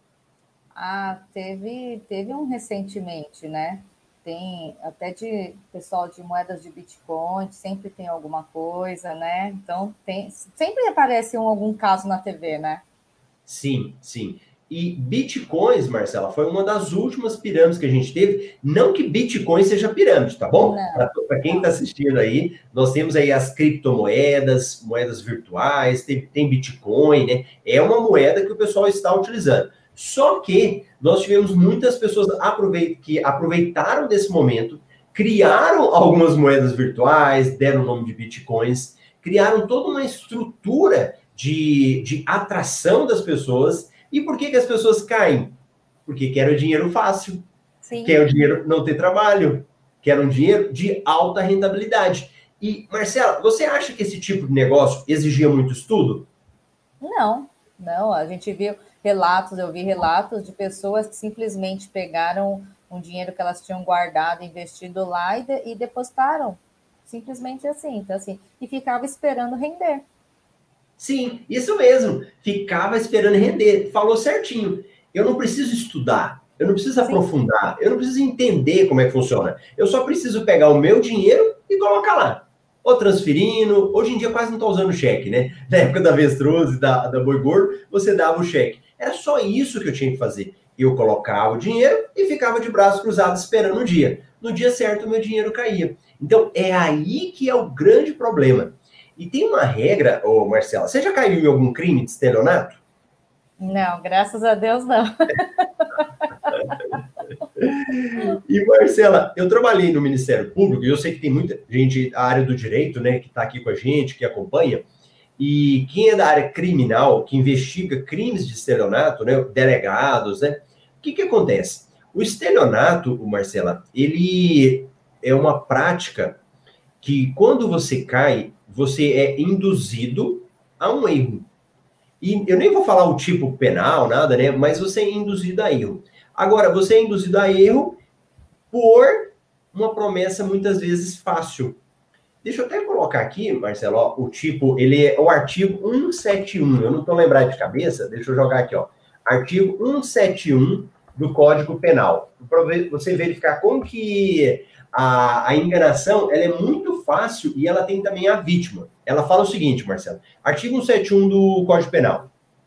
Ah, teve, teve um recentemente, né? Tem até de pessoal de moedas de Bitcoin, sempre tem alguma coisa, né? Então, tem, sempre aparece um, algum caso na T V, né? Sim, sim. E Bitcoins, Marcela, foi uma das últimas pirâmides que a gente teve. Não que Bitcoin seja pirâmide, tá bom? Para quem está assistindo aí, nós temos aí as criptomoedas, moedas virtuais, tem, tem Bitcoin, né? É uma moeda que o pessoal está utilizando. Só que nós tivemos muitas pessoas aproveit que aproveitaram desse momento, criaram algumas moedas virtuais, deram o nome de Bitcoins, criaram toda uma estrutura de, de atração das pessoas. E por que que as pessoas caem? Porque querem o dinheiro fácil, Sim. querem o dinheiro não ter trabalho, querem um dinheiro de alta rentabilidade. E, Marcela, você acha que esse tipo de negócio exigia muito estudo? Não, não. A gente viu relatos, eu vi relatos de pessoas que simplesmente pegaram um dinheiro que elas tinham guardado, investido lá e, de, e depositaram. Simplesmente assim, então assim, e ficava esperando render. Sim, isso mesmo. Ficava esperando render. Falou certinho. Eu não preciso estudar, eu não preciso Sim. aprofundar, eu não preciso entender como é que funciona. Eu só preciso pegar o meu dinheiro e colocar lá. ou transferindo. Hoje em dia quase não está usando cheque, né? Na época da avestruz e da, da boi gordo, você dava o cheque. Era só isso que eu tinha que fazer. Eu colocava o dinheiro e ficava de braços cruzados esperando o dia. No dia certo, o meu dinheiro caía. Então, é aí que é o grande problema. E tem uma regra, ô Marcela, você já caiu em algum crime de estelionato? Não, graças a Deus, não. E, Marcela, eu trabalhei no Ministério Público e eu sei que tem muita gente da área do direito, né, que está aqui com a gente, que acompanha. E quem é da área criminal, que investiga crimes de estelionato, né, delegados, né, o que que acontece? O estelionato, Marcela, ele é uma prática que quando você cai, você é induzido a um erro. E eu nem vou falar o tipo penal, nada, né, mas você é induzido a erro. Agora, você é induzido a erro por uma promessa muitas vezes fácil. Deixa eu até colocar aqui, Marcelo, ó, o tipo, ele é o artigo cento e setenta e um, eu não estou lembrado de cabeça, deixa eu jogar aqui, ó. Artigo cento e setenta e um do Código Penal. Para você verificar como que a, a enganação, ela é muito fácil e ela tem também a vítima. Ela fala o seguinte, Marcelo, artigo cento e setenta e um do Código Penal.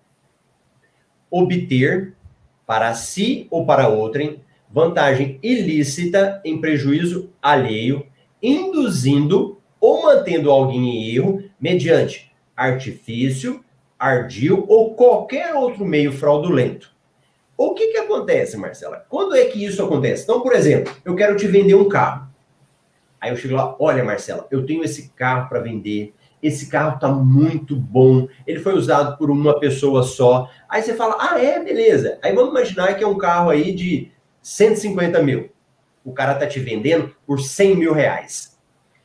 Obter para si ou para outrem vantagem ilícita em prejuízo alheio, induzindo ou mantendo alguém em erro mediante artifício, ardil ou qualquer outro meio fraudulento. O que que acontece, Marcela? Quando é que isso acontece? Então, por exemplo, eu quero te vender um carro. Aí eu chego lá, olha, Marcela, eu tenho esse carro para vender, esse carro tá muito bom, ele foi usado por uma pessoa só. Aí você fala, ah, é, beleza. Aí vamos imaginar que é um carro aí de cento e cinquenta mil. O cara tá te vendendo por cem mil reais.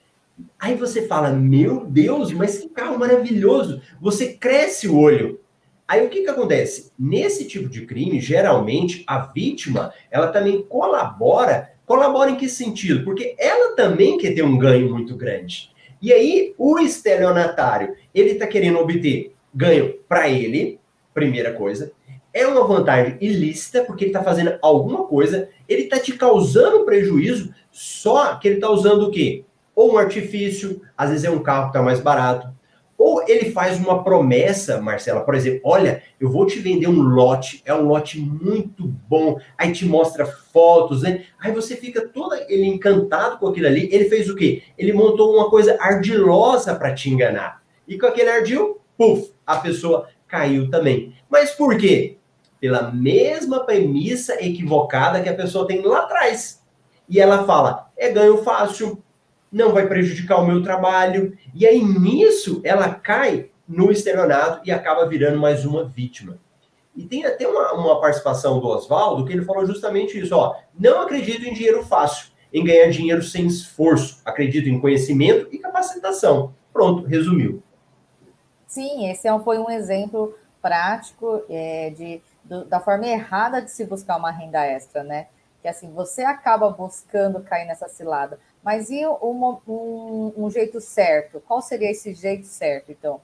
Aí você fala, meu Deus, mas que carro maravilhoso. Você cresce o olho. Aí o que que acontece? Nesse tipo de crime, geralmente, a vítima, ela também colabora. Colabora em que sentido? Porque ela também quer ter um ganho muito grande. E aí, o estelionatário, ele está querendo obter ganho para ele, primeira coisa. É uma vantagem ilícita, porque ele está fazendo alguma coisa, ele está te causando prejuízo, só que ele está usando o quê? Ou um artifício, às vezes é um carro que está mais barato, ou ele faz uma promessa, Marcela, por exemplo, olha, eu vou te vender um lote, é um lote muito bom, aí te mostra fotos, né? Aí você fica todo ele encantado com aquilo ali, ele fez o quê? Ele montou uma coisa ardilosa para te enganar. E com aquele ardil, puf, a pessoa caiu também. Mas por quê? Pela mesma premissa equivocada que a pessoa tem lá atrás. E ela fala, é ganho fácil, não vai prejudicar o meu trabalho. E aí, nisso, ela cai no estelionato e acaba virando mais uma vítima. E tem até uma, uma participação do Oswaldo que ele falou justamente isso, ó, não acredito em dinheiro fácil, em ganhar dinheiro sem esforço, acredito em conhecimento e capacitação. Pronto, resumiu. Sim, esse é um- foi um exemplo prático é, de, do- da forma errada de se buscar uma renda extra, né? Que assim, você acaba buscando cair nessa cilada. Mas e uma- um, um jeito certo? Qual seria esse jeito certo, então?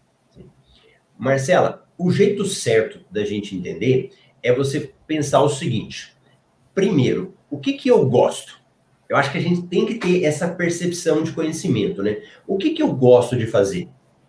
Marcela, o jeito certo da gente entender é você pensar o seguinte. Primeiro, o que que eu gosto? Eu acho que a gente tem que ter essa percepção de conhecimento, né? O que que eu gosto de fazer?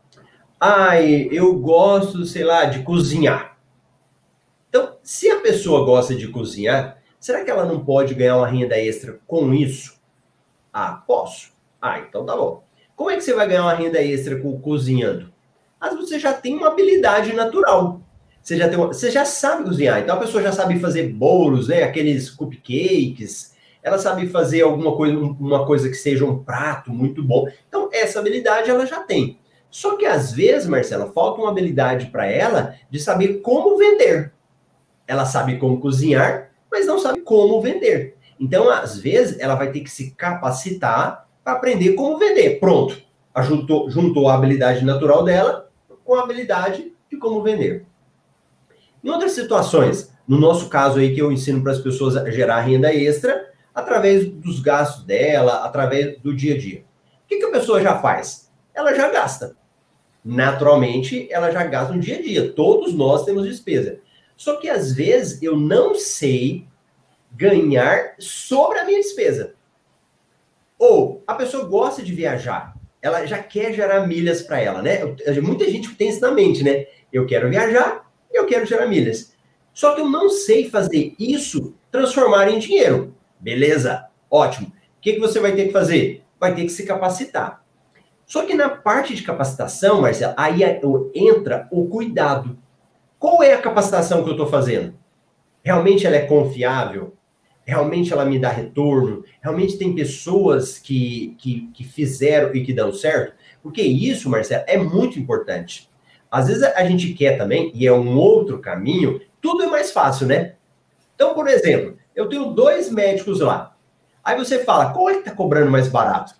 Ai, eu gosto, sei lá, de cozinhar. Então, se a pessoa gosta de cozinhar, será que ela não pode ganhar uma renda extra com isso? Ah, posso. Ah, então tá bom. Como é que você vai ganhar uma renda extra co- cozinhando? Mas você já tem uma habilidade natural. Você já, tem uma- você já sabe cozinhar. Então a pessoa já sabe fazer bolos, né? Aqueles cupcakes. Ela sabe fazer alguma coisa, um- uma coisa que seja um prato muito bom. Então, essa habilidade ela já tem. Só que às vezes, Marcela, falta uma habilidade para ela de saber como vender. Ela sabe como cozinhar, mas não sabe como vender. Então, às vezes, ela vai ter que se capacitar para aprender como vender. Pronto. Juntou, juntou a habilidade natural dela com a habilidade de como vender. Em outras situações, no nosso caso aí que eu ensino para as pessoas a gerar renda extra, através dos gastos dela, através do dia a dia. O que, que a pessoa já faz? Ela já gasta. Naturalmente, ela já gasta no dia a dia. Todos nós temos despesa. Só que às vezes eu não sei ganhar sobre a minha despesa. Ou a pessoa gosta de viajar. ela já quer gerar milhas para ela, né? Muita gente tem isso na mente, né? Eu quero viajar, eu quero gerar milhas. Só que eu não sei fazer isso transformar em dinheiro. Beleza, ótimo. O que, que você vai ter que fazer? Vai ter que se capacitar. Só que na parte de capacitação, Marcelo, aí entra o cuidado. Qual é a capacitação que eu estou fazendo? Realmente ela é confiável? Realmente ela me dá retorno? Realmente tem pessoas que, que, que fizeram e que dão certo? Porque isso, Marcelo, é muito importante. Às vezes a gente quer também, e é um outro caminho, tudo é mais fácil, né? Então, por exemplo, eu tenho dois médicos lá. Aí você fala, qual é que está cobrando mais barato?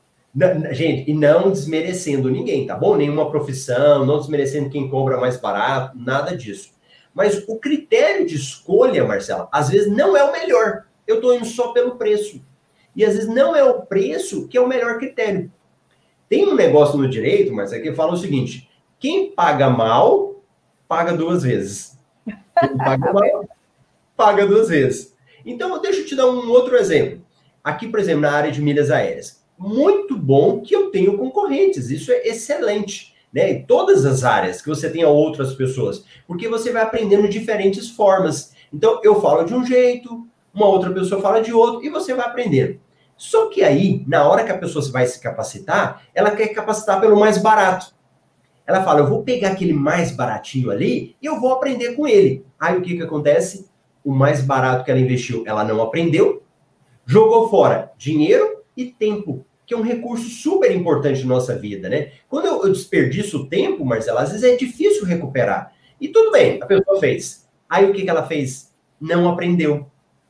Não, gente, e não desmerecendo ninguém, tá bom? Nenhuma profissão, não desmerecendo quem cobra mais barato, nada disso. Mas o critério de escolha, Marcelo, às vezes não é o melhor. Eu estou indo só pelo preço. E às vezes não é o preço que é o melhor critério. Tem um negócio no direito, Marcelo, que fala o seguinte, quem paga mal, paga duas vezes. Quem paga mal, paga duas vezes. Então, deixa eu te dar um outro exemplo. Aqui, por exemplo, na área de milhas aéreas. Muito bom que eu tenho concorrentes, isso é excelente, né? Em todas as áreas que você tenha outras pessoas, porque você vai aprendendo de diferentes formas. Então, eu falo de um jeito, uma outra pessoa fala de outro, e você vai aprendendo. Só que aí, na hora que a pessoa vai se capacitar, ela quer capacitar pelo mais barato. Ela fala, eu vou pegar aquele mais baratinho ali e eu vou aprender com ele. Aí o que que acontece? O mais barato que ela investiu, ela não aprendeu, jogou fora dinheiro e tempo, que é um recurso super importante na nossa vida, né? Quando eu, eu desperdiço o tempo, Marcelo, às vezes é difícil recuperar. E tudo bem, a pessoa fez. Aí o que que ela fez? Não aprendeu.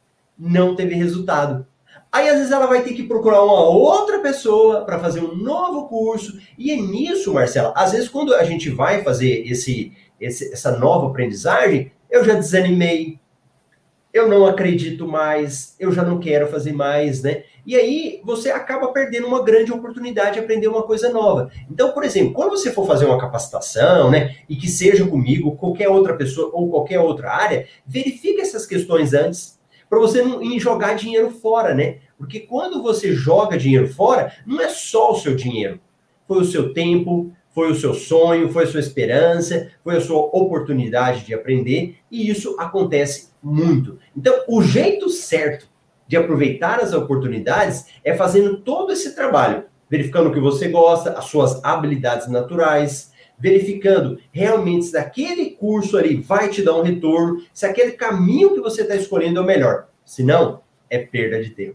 Não teve resultado. Aí, às vezes, ela vai ter que procurar uma outra pessoa para fazer um novo curso. E é nisso, Marcela, às vezes, quando a gente vai fazer esse, esse, essa nova aprendizagem, eu já desanimei, eu não acredito mais, eu já não quero fazer mais, né? E aí, você acaba perdendo uma grande oportunidade de aprender uma coisa nova. Então, por exemplo, quando você for fazer uma capacitação, né, e que seja comigo, qualquer outra pessoa ou qualquer outra área, verifique essas questões antes, para você não ir jogar dinheiro fora, né? Porque quando você joga dinheiro fora, não é só o seu dinheiro. Foi o seu tempo, foi o seu sonho, foi a sua esperança, foi a sua oportunidade de aprender, e isso acontece muito. Então, o jeito certo de aproveitar as oportunidades é fazendo todo esse trabalho, verificando o que você gosta, as suas habilidades naturais, verificando realmente se aquele curso ali vai te dar um retorno, se aquele caminho que você está escolhendo é o melhor. Se não, é perda de tempo.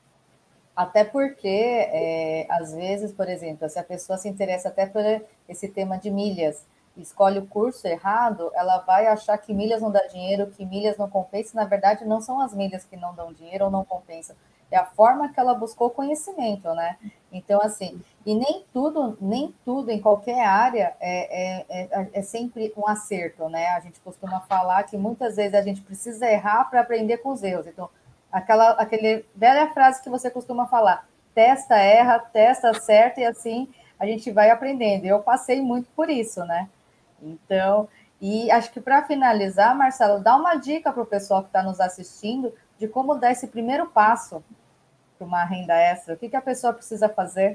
Até porque, é, às vezes, por exemplo, se a pessoa se interessa até por esse tema de milhas, escolhe o curso errado, ela vai achar que milhas não dá dinheiro, que milhas não compensa. Na verdade, não são as milhas que não dão dinheiro ou não compensam. É a forma que ela buscou conhecimento, né? Então, assim, e nem tudo, nem tudo em qualquer área é, é, é, é sempre um acerto, né? A gente costuma falar que muitas vezes a gente precisa errar para aprender com os erros. Então, aquela aquele velha frase que você costuma falar, testa, erra, testa, acerta, e assim a gente vai aprendendo. Eu passei muito por isso, né? Então, e acho que para finalizar, Marcelo, dá uma dica para o pessoal que está nos assistindo de como dar esse primeiro passo para uma renda extra. O que, que a pessoa precisa fazer?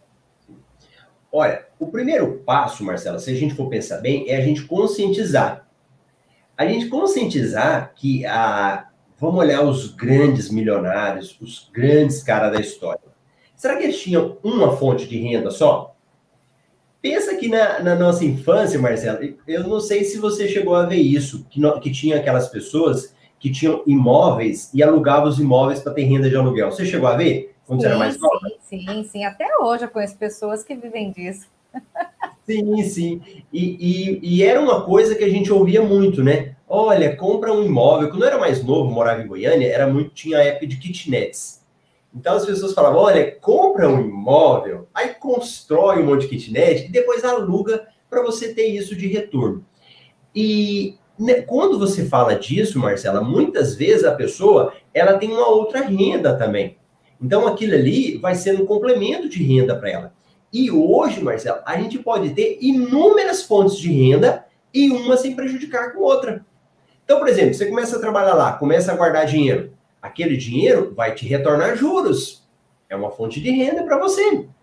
Olha, o primeiro passo, Marcela, se a gente for pensar bem, é a gente conscientizar. A gente conscientizar que a... Vamos olhar os grandes milionários, os grandes caras da história. Será que eles tinham uma fonte de renda só? Pensa que na, na nossa infância, Marcelo, eu não sei se você chegou a ver isso, que, no, que tinha aquelas pessoas que tinham imóveis e alugavam os imóveis para ter renda de aluguel. Você chegou a ver? Quando sim, você era mais nova? Sim, sim, sim. Até hoje eu conheço pessoas que vivem disso. Sim, sim. E, e, e era uma coisa que a gente ouvia muito, né? Olha, compra um imóvel. Quando eu era mais novo, morava em Goiânia, era muito, tinha a época de kitnets. Então as pessoas falavam, olha, compra um imóvel, aí constrói um monte de kitnet e depois aluga para você ter isso de retorno. E né, quando você fala disso, Marcela, muitas vezes a pessoa ela tem uma outra renda também. Então aquilo ali vai ser um complemento de renda para ela. E hoje, Marcela, a gente pode ter inúmeras fontes de renda e uma sem prejudicar com outra. Então, por exemplo, você começa a trabalhar lá, começa a guardar dinheiro. Aquele dinheiro vai te retornar juros. É uma fonte de renda para você.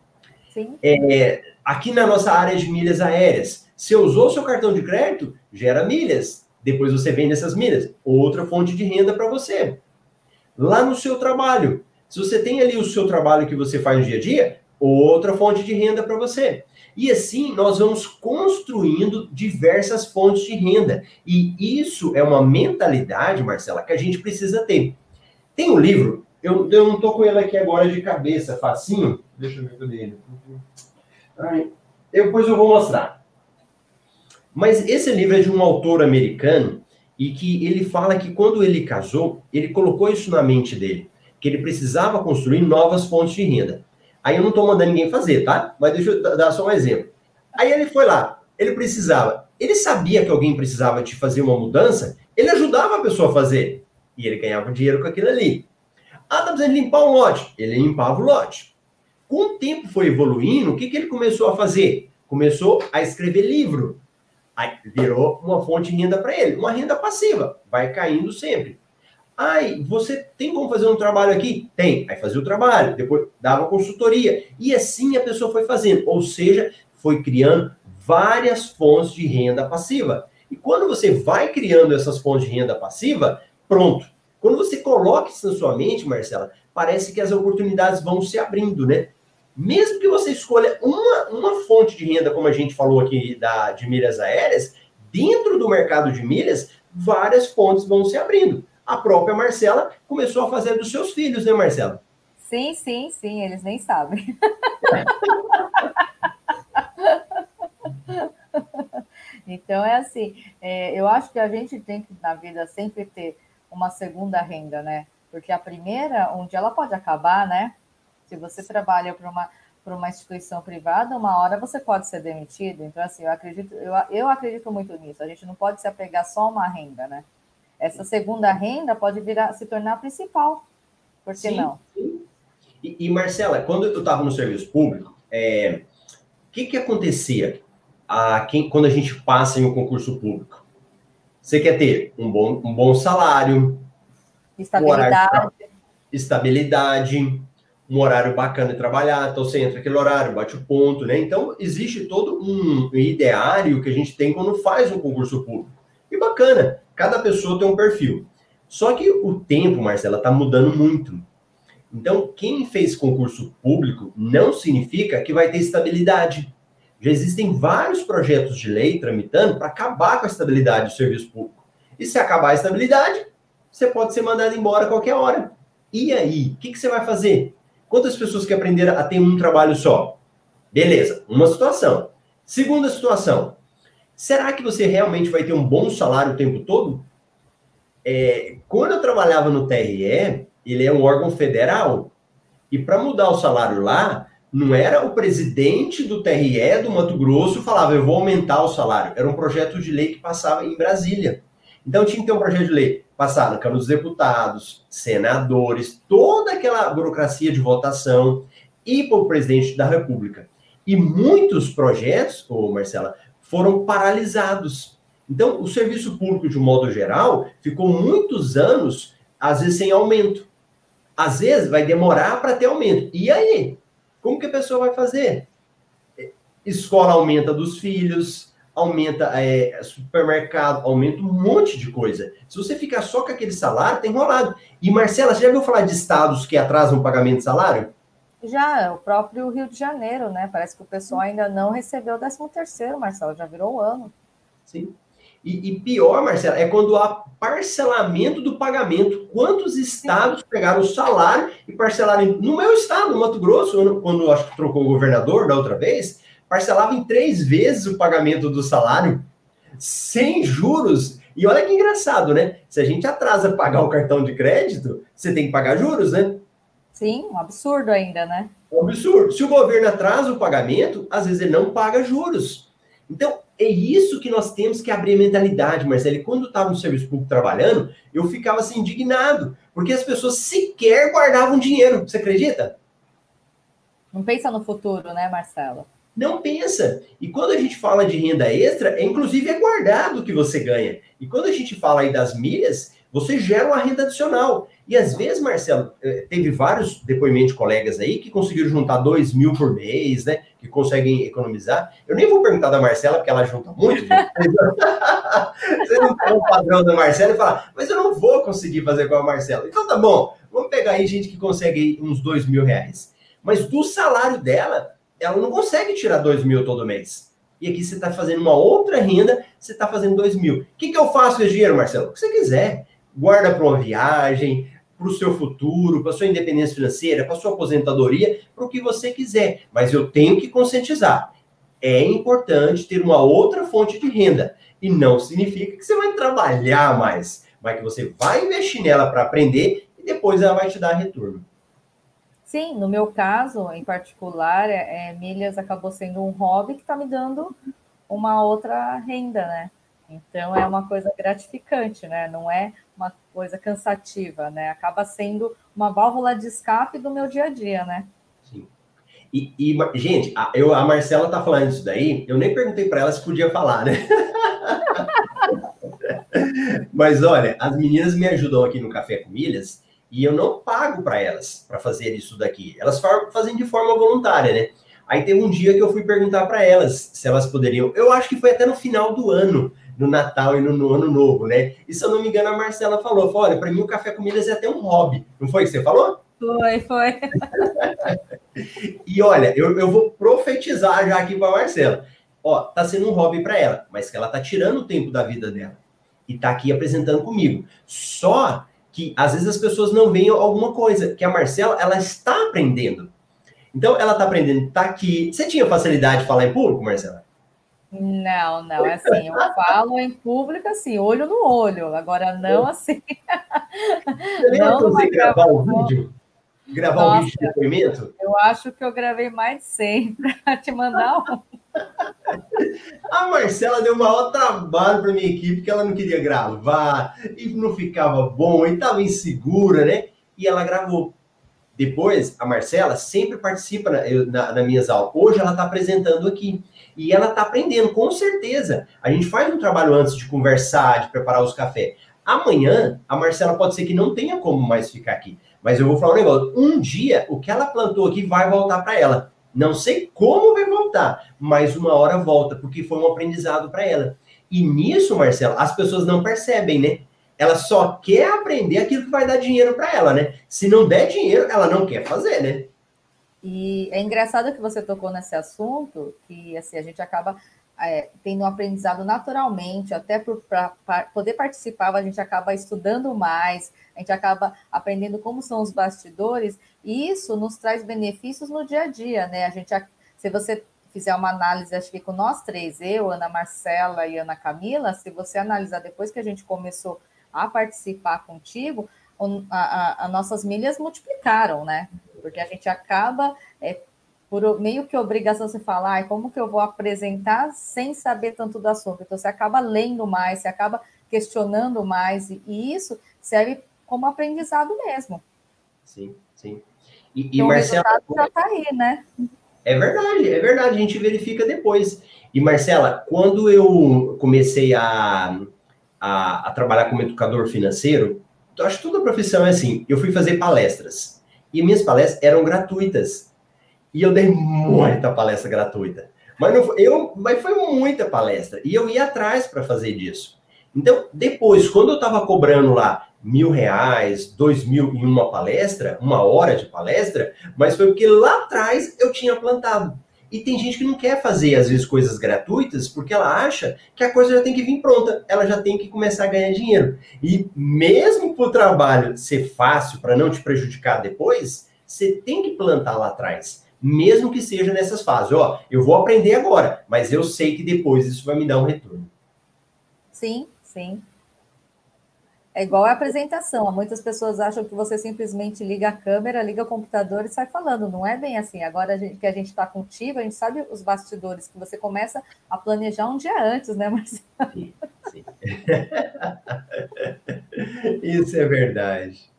Sim. É, aqui na nossa área de milhas aéreas, você usou seu cartão de crédito, gera milhas. Depois você vende essas milhas, outra fonte de renda para você. Lá no seu trabalho, se você tem ali o seu trabalho que você faz no dia a dia, outra fonte de renda para você. E assim nós vamos construindo diversas fontes de renda. E isso é uma mentalidade, Marcela, que a gente precisa ter. Tem um livro, eu, eu não estou com ele aqui agora de cabeça, facinho. Deixa eu ver cadê ele. Ai, depois eu vou mostrar. Mas esse livro é de um autor americano e que ele fala que quando ele casou, ele colocou isso na mente dele, que ele precisava construir novas fontes de renda. Aí eu não estou mandando ninguém fazer, tá? Mas deixa eu dar só um exemplo. Aí ele foi lá, ele precisava, ele sabia que alguém precisava de fazer uma mudança, ele ajudava a pessoa a fazer. E ele ganhava dinheiro com aquilo ali. Ah, tá precisando limpar um lote. Ele limpava o lote. Com o tempo foi evoluindo, o que, que ele começou a fazer? Começou a escrever livro. Aí virou uma fonte de renda para ele, uma renda passiva, vai caindo sempre. Ai, você tem como fazer um trabalho aqui? Tem. Aí fazia o trabalho, depois dava consultoria. E assim a pessoa foi fazendo, ou seja, foi criando várias fontes de renda passiva. E quando você vai criando essas fontes de renda passiva, pronto. Quando você coloca isso na sua mente, Marcela, parece que as oportunidades vão se abrindo, né? Mesmo que você escolha uma, uma fonte de renda, como a gente falou aqui da, de milhas aéreas, dentro do mercado de milhas, várias fontes vão se abrindo. A própria Marcela começou a fazer dos seus filhos, né, Marcela? Sim, sim, sim, eles nem sabem. Então, é assim, é, eu acho que a gente tem que, na vida, sempre ter uma segunda renda, né? Porque a primeira, onde ela pode acabar, né? Se você trabalha para uma, para uma instituição privada, uma hora você pode ser demitido. Então, assim, eu acredito, eu, eu acredito muito nisso. A gente não pode se apegar só a uma renda, né? Essa segunda renda pode virar, se tornar a principal. Por que sim, não? Sim. E, e, Marcela, quando eu estava no serviço público, o é, que, que acontecia a quem, quando a gente passa em um concurso público? Você quer ter um bom, um bom salário, estabilidade. Um estabilidade, um horário bacana de trabalhar, então você entra naquele horário, bate o ponto, né? Então, existe todo um ideário que a gente tem quando faz um concurso público. E bacana, cada pessoa tem um perfil. Só que o tempo, Marcela, está mudando muito. Então, quem fez concurso público não significa que vai ter estabilidade. Já existem vários projetos de lei tramitando para acabar com a estabilidade do serviço público. E se acabar a estabilidade, você pode ser mandado embora a qualquer hora. E aí, o que, que você vai fazer? Quantas pessoas que aprenderam a ter um trabalho só? Beleza, uma situação. Segunda situação. Será que você realmente vai ter um bom salário o tempo todo? É, quando eu trabalhava no T R E, ele é um órgão federal. E para mudar o salário lá, não era o presidente do T R E do Mato Grosso que falava, eu vou aumentar o salário. Era um projeto de lei que passava em Brasília. Então tinha que ter um projeto de lei passar na Câmara dos Deputados, senadores, toda aquela burocracia de votação e para o presidente da República. E muitos projetos, ô Marcela, foram paralisados. Então, o serviço público, de um modo geral, ficou muitos anos, às vezes, sem aumento. Às vezes, vai demorar para ter aumento. E aí? Como que a pessoa vai fazer? Escola aumenta dos filhos, aumenta é, supermercado, aumenta um monte de coisa. Se você ficar só com aquele salário, tá enrolado. E, Marcela, você já viu falar de estados que atrasam o pagamento de salário? Já, o próprio Rio de Janeiro, né? Parece que o pessoal ainda não recebeu o décimo terceiro, Marcelo, já virou um ano. Sim. E, e pior, Marcela, é quando há parcelamento do pagamento. Quantos estados pegaram o salário e parcelaram? No meu estado, no Mato Grosso, quando eu acho que trocou o governador da outra vez, parcelava em três vezes o pagamento do salário, sem juros. E olha que engraçado, né? Se a gente atrasa pagar o cartão de crédito, você tem que pagar juros, né? Sim, um absurdo ainda, né? Um absurdo. Se o governo atrasa o pagamento, às vezes ele não paga juros. Então, é isso que nós temos que abrir a mentalidade, Marcelo. E quando eu estava no serviço público trabalhando, eu ficava assim, indignado, porque as pessoas sequer guardavam dinheiro. Você acredita? Não pensa no futuro, né, Marcelo? Não pensa. E quando a gente fala de renda extra, é, inclusive é guardado o que você ganha. E quando a gente fala aí das milhas, você gera uma renda adicional. E às vezes, Marcelo, teve vários depoimentos de colegas aí que conseguiram juntar dois mil por mês, né? Que conseguem economizar. Eu nem vou perguntar da Marcela, porque ela junta muito, gente. Você não tem o padrão da Marcela e fala, mas eu não vou conseguir fazer igual a Marcela. Então tá bom, vamos pegar aí gente que consegue uns dois mil reais. Mas do salário dela, ela não consegue tirar dois mil todo mês. E aqui você está fazendo uma outra renda, você está fazendo dois mil. O que, que eu faço com esse dinheiro, Marcelo? O que você quiser. Guarda para uma viagem, para o seu futuro, para a sua independência financeira, para a sua aposentadoria, para o que você quiser. Mas eu tenho que conscientizar. É importante ter uma outra fonte de renda. E não significa que você vai trabalhar mais, mas que você vai investir nela para aprender e depois ela vai te dar retorno. Sim, no meu caso, em particular, é, milhas acabou sendo um hobby que está me dando uma outra renda, né? Então, é uma coisa gratificante, né? Não é uma coisa cansativa, né? Acaba sendo uma válvula de escape do meu dia a dia, né? Sim. E, e gente, a, eu, a Marcela tá falando isso daí, eu nem perguntei para ela se podia falar, né? Mas, olha, as meninas me ajudam aqui no Café com Milhas e eu não pago para elas para fazer isso daqui. Elas fazem de forma voluntária, né? Aí teve um dia que eu fui perguntar para elas se elas poderiam. Eu acho que foi até no final do ano, no Natal e no, no Ano Novo, né? E se eu não me engano, a Marcela falou: falou olha, para mim o Café com Milhas é até um hobby. Não foi o que você falou? Foi, foi. E olha, eu, eu vou profetizar já aqui para a Marcela. Ó, tá sendo um hobby para ela, mas que ela tá tirando o tempo da vida dela. E tá aqui apresentando comigo. Só que às vezes as pessoas não veem alguma coisa, que a Marcela, ela está aprendendo. Então, ela está aprendendo, está aqui. Você tinha facilidade de falar em público, Marcela? Não, não, é assim, eu falo em público assim, olho no olho, agora não assim. Você lembra que você gravar o vídeo? Gravar o vídeo de depoimento? Eu acho que eu gravei mais de cem para te mandar um. A Marcela deu o maior trabalho para minha equipe, que ela não queria gravar, e não ficava bom, e estava insegura, né? E ela gravou. Depois, a Marcela sempre participa na, na, nas minhas aulas. Hoje ela está apresentando aqui. E ela está aprendendo, com certeza. A gente faz um trabalho antes de conversar, de preparar os cafés. Amanhã, a Marcela pode ser que não tenha como mais ficar aqui. Mas eu vou falar um negócio. Um dia, o que ela plantou aqui vai voltar para ela. Não sei como vai voltar, mas uma hora volta, porque foi um aprendizado para ela. E nisso, Marcela, as pessoas não percebem, né? Ela só quer aprender aquilo que vai dar dinheiro para ela, né? Se não der dinheiro, ela não quer fazer, né? E é engraçado que você tocou nesse assunto, que assim, a gente acaba é, tendo um aprendizado naturalmente, até para poder participar, a gente acaba estudando mais, a gente acaba aprendendo como são os bastidores, e isso nos traz benefícios no dia a dia, né? A gente, se você fizer uma análise, acho que com nós três, eu, Ana Marcela e Ana Camila, se você analisar depois que a gente começou a participar contigo, as nossas milhas multiplicaram, né? Porque a gente acaba, é, por meio que obrigação, você falar, ah, como que eu vou apresentar sem saber tanto do assunto? Então, você acaba lendo mais, você acaba questionando mais, e, e isso serve como aprendizado mesmo. Sim, sim. E, então, e Marcela, o resultado já está aí, né? É verdade, é verdade, a gente verifica depois. E, Marcela, quando eu comecei a... A, a trabalhar como educador financeiro, eu acho que toda profissão é assim. Eu fui fazer palestras. E minhas palestras eram gratuitas. E eu dei muita palestra gratuita. Mas, não, eu, mas foi muita palestra. E eu ia atrás para fazer disso. Então, depois, quando eu estava cobrando lá mil reais, dois mil em uma palestra, uma hora de palestra, mas foi porque lá atrás eu tinha plantado. E tem gente que não quer fazer, às vezes, coisas gratuitas porque ela acha que a coisa já tem que vir pronta, ela já tem que começar a ganhar dinheiro. E mesmo para o trabalho ser fácil, para não te prejudicar depois, você tem que plantar lá atrás, mesmo que seja nessas fases. Ó, eu vou aprender agora, mas eu sei que depois isso vai me dar um retorno. Sim, sim. É igual a apresentação. Muitas pessoas acham que você simplesmente liga a câmera, liga o computador e sai falando. Não é bem assim. Agora que a gente está contigo, a gente sabe os bastidores, que você começa a planejar um dia antes, né, Marcelo? Sim, sim. Isso é verdade.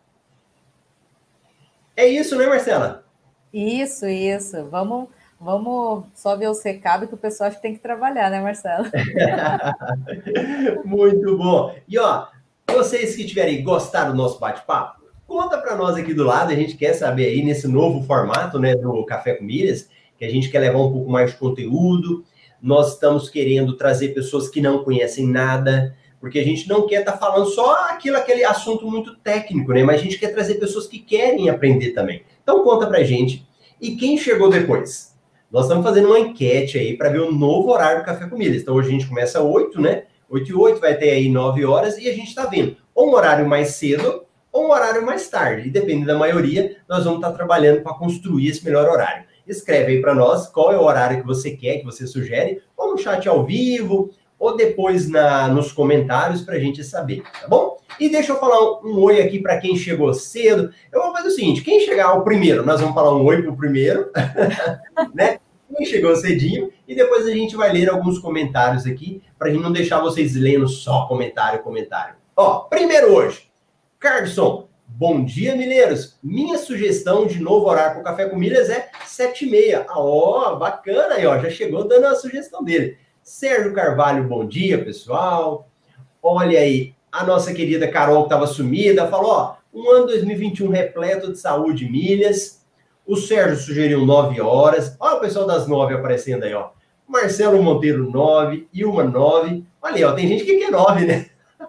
É isso, né, Marcela? Isso, isso. Vamos, vamos só ver os recados que o pessoal acha que tem que trabalhar, né, Marcelo? Muito bom. E, ó, Vocês que tiverem gostado do nosso bate-papo, conta para nós aqui do lado, a gente quer saber aí nesse novo formato, né, do Café com Milhas, que a gente quer levar um pouco mais de conteúdo. Nós estamos querendo trazer pessoas que não conhecem nada, porque a gente não quer estar tá falando só aquilo, aquele assunto muito técnico, né? Mas a gente quer trazer pessoas que querem aprender também. Então conta pra gente. E quem chegou depois? Nós estamos fazendo uma enquete aí para ver o novo horário do Café com Milhas. Então hoje a gente começa às oito, né? oito e oito, vai ter aí nove horas, e a gente está vendo ou um horário mais cedo ou um horário mais tarde. E dependendo da maioria, nós vamos estar trabalhando para construir esse melhor horário. Escreve aí para nós qual é o horário que você quer, que você sugere, ou no chat ao vivo, ou depois na, nos comentários para a gente saber, tá bom? E deixa eu falar um, um oi aqui para quem chegou cedo. Eu vou fazer o seguinte, quem chegar ao primeiro, nós vamos falar um oi para o primeiro, né? Quem chegou cedinho, e depois a gente vai ler alguns comentários aqui, para a gente não deixar vocês lendo só comentário, comentário. Ó, primeiro hoje, Carlson, bom dia, mineiros. Minha sugestão de novo horário para o Café com Milhas é sete e meia. Ó, bacana aí, ó, já chegou dando a sugestão dele. Sérgio Carvalho, bom dia, pessoal. Olha aí, a nossa querida Carol, que estava sumida, falou, ó, um ano dois mil e vinte e um repleto de saúde e milhas. O Sérgio sugeriu nove horas. Olha o pessoal das nove aparecendo aí, ó. Marcelo Monteiro, nove. Ilma, nove. Olha aí, ó, tem gente que quer nove, né?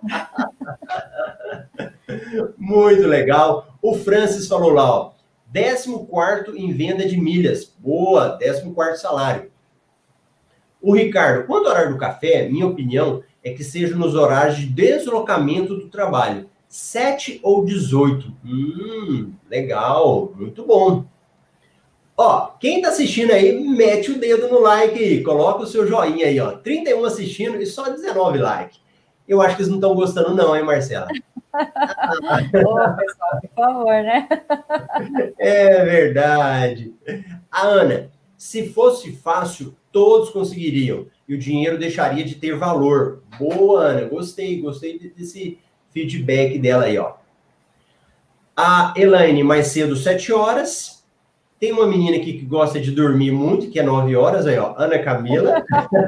Muito legal. O Francis falou lá, ó, décimo quarto em venda de milhas. Boa, décimo quarto salário. O Ricardo, quanto ao horário do café, minha opinião é que seja nos horários de deslocamento do trabalho. sete ou dezoito. Hum, legal, muito bom. Ó, quem tá assistindo aí, mete o dedo no like aí, coloca o seu joinha aí, ó. trinta e um assistindo e só dezenove likes. Eu acho que eles não estão gostando não, hein, Marcela? Ô, pessoal, por favor, né? É verdade. A Ana, se fosse fácil, todos conseguiriam. E o dinheiro deixaria de ter valor. Boa, Ana. Gostei, gostei desse feedback dela aí, ó. A Elaine, mais cedo, sete horas. Tem uma menina aqui que gosta de dormir muito, que é nove horas, aí, ó. Ana Camila.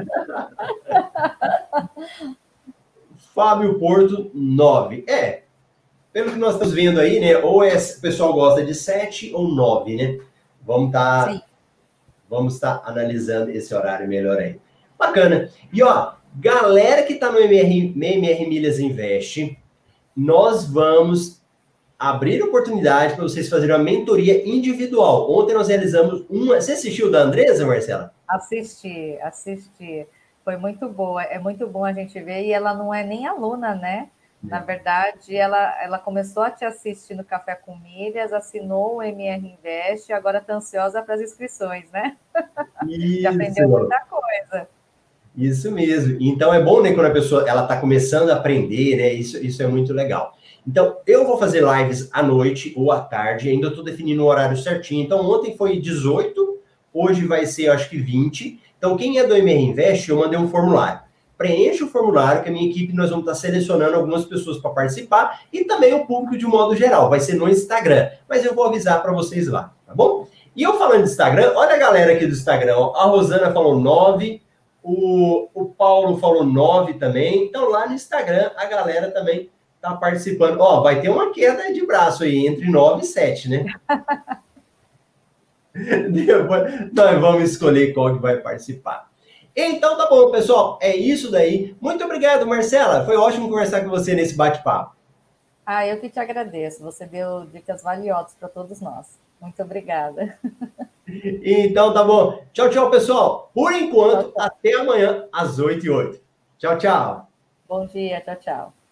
Fábio Porto, nove. É, pelo que nós estamos vendo aí, né? Ou é, o pessoal gosta de sete ou nove, né? Vamos estar... Tá... Vamos estar analisando esse horário melhor aí. Bacana. E, ó, galera que está no M R, M R Milhas Invest, nós vamos abrir oportunidade para vocês fazerem uma mentoria individual. Ontem nós realizamos uma... Você assistiu da Andresa, Marcela? Assisti, assisti. Foi muito boa. É muito bom a gente ver. E ela não é nem aluna, né? Na verdade, ela, ela começou a te assistir no Café com Milhas, assinou o M R Invest e agora está ansiosa para as inscrições, né? Isso. Já aprendeu muita coisa. Isso mesmo. Então, é bom, né, quando a pessoa ela está começando a aprender, né? Isso, isso é muito legal. Então, eu vou fazer lives à noite ou à tarde, ainda estou definindo o horário certinho. Então, ontem foi dezoito, hoje vai ser, acho que vinte. Então, quem é do M R Invest, eu mandei um formulário. Preencha o formulário, que a minha equipe, nós vamos estar selecionando algumas pessoas para participar e também o público de modo geral. Vai ser no Instagram, mas eu vou avisar para vocês lá, tá bom? E eu falando de Instagram, olha a galera aqui do Instagram. Ó. A Rosana falou nove, o, o Paulo falou nove também. Então, lá no Instagram, a galera também está participando. Ó, vai ter uma queda de braço aí, entre nove e sete, né? Depois, nós vamos escolher qual que vai participar. Então tá bom, pessoal, é isso daí. Muito obrigado, Marcela. Foi ótimo conversar com você nesse bate-papo. Ah, eu que te agradeço. Você deu dicas valiosas para todos nós. Muito obrigada. Então tá bom. Tchau, tchau, pessoal. Por enquanto, tchau, tchau. Até amanhã, às oito e oito. Tchau, tchau. Bom dia, tchau, tchau.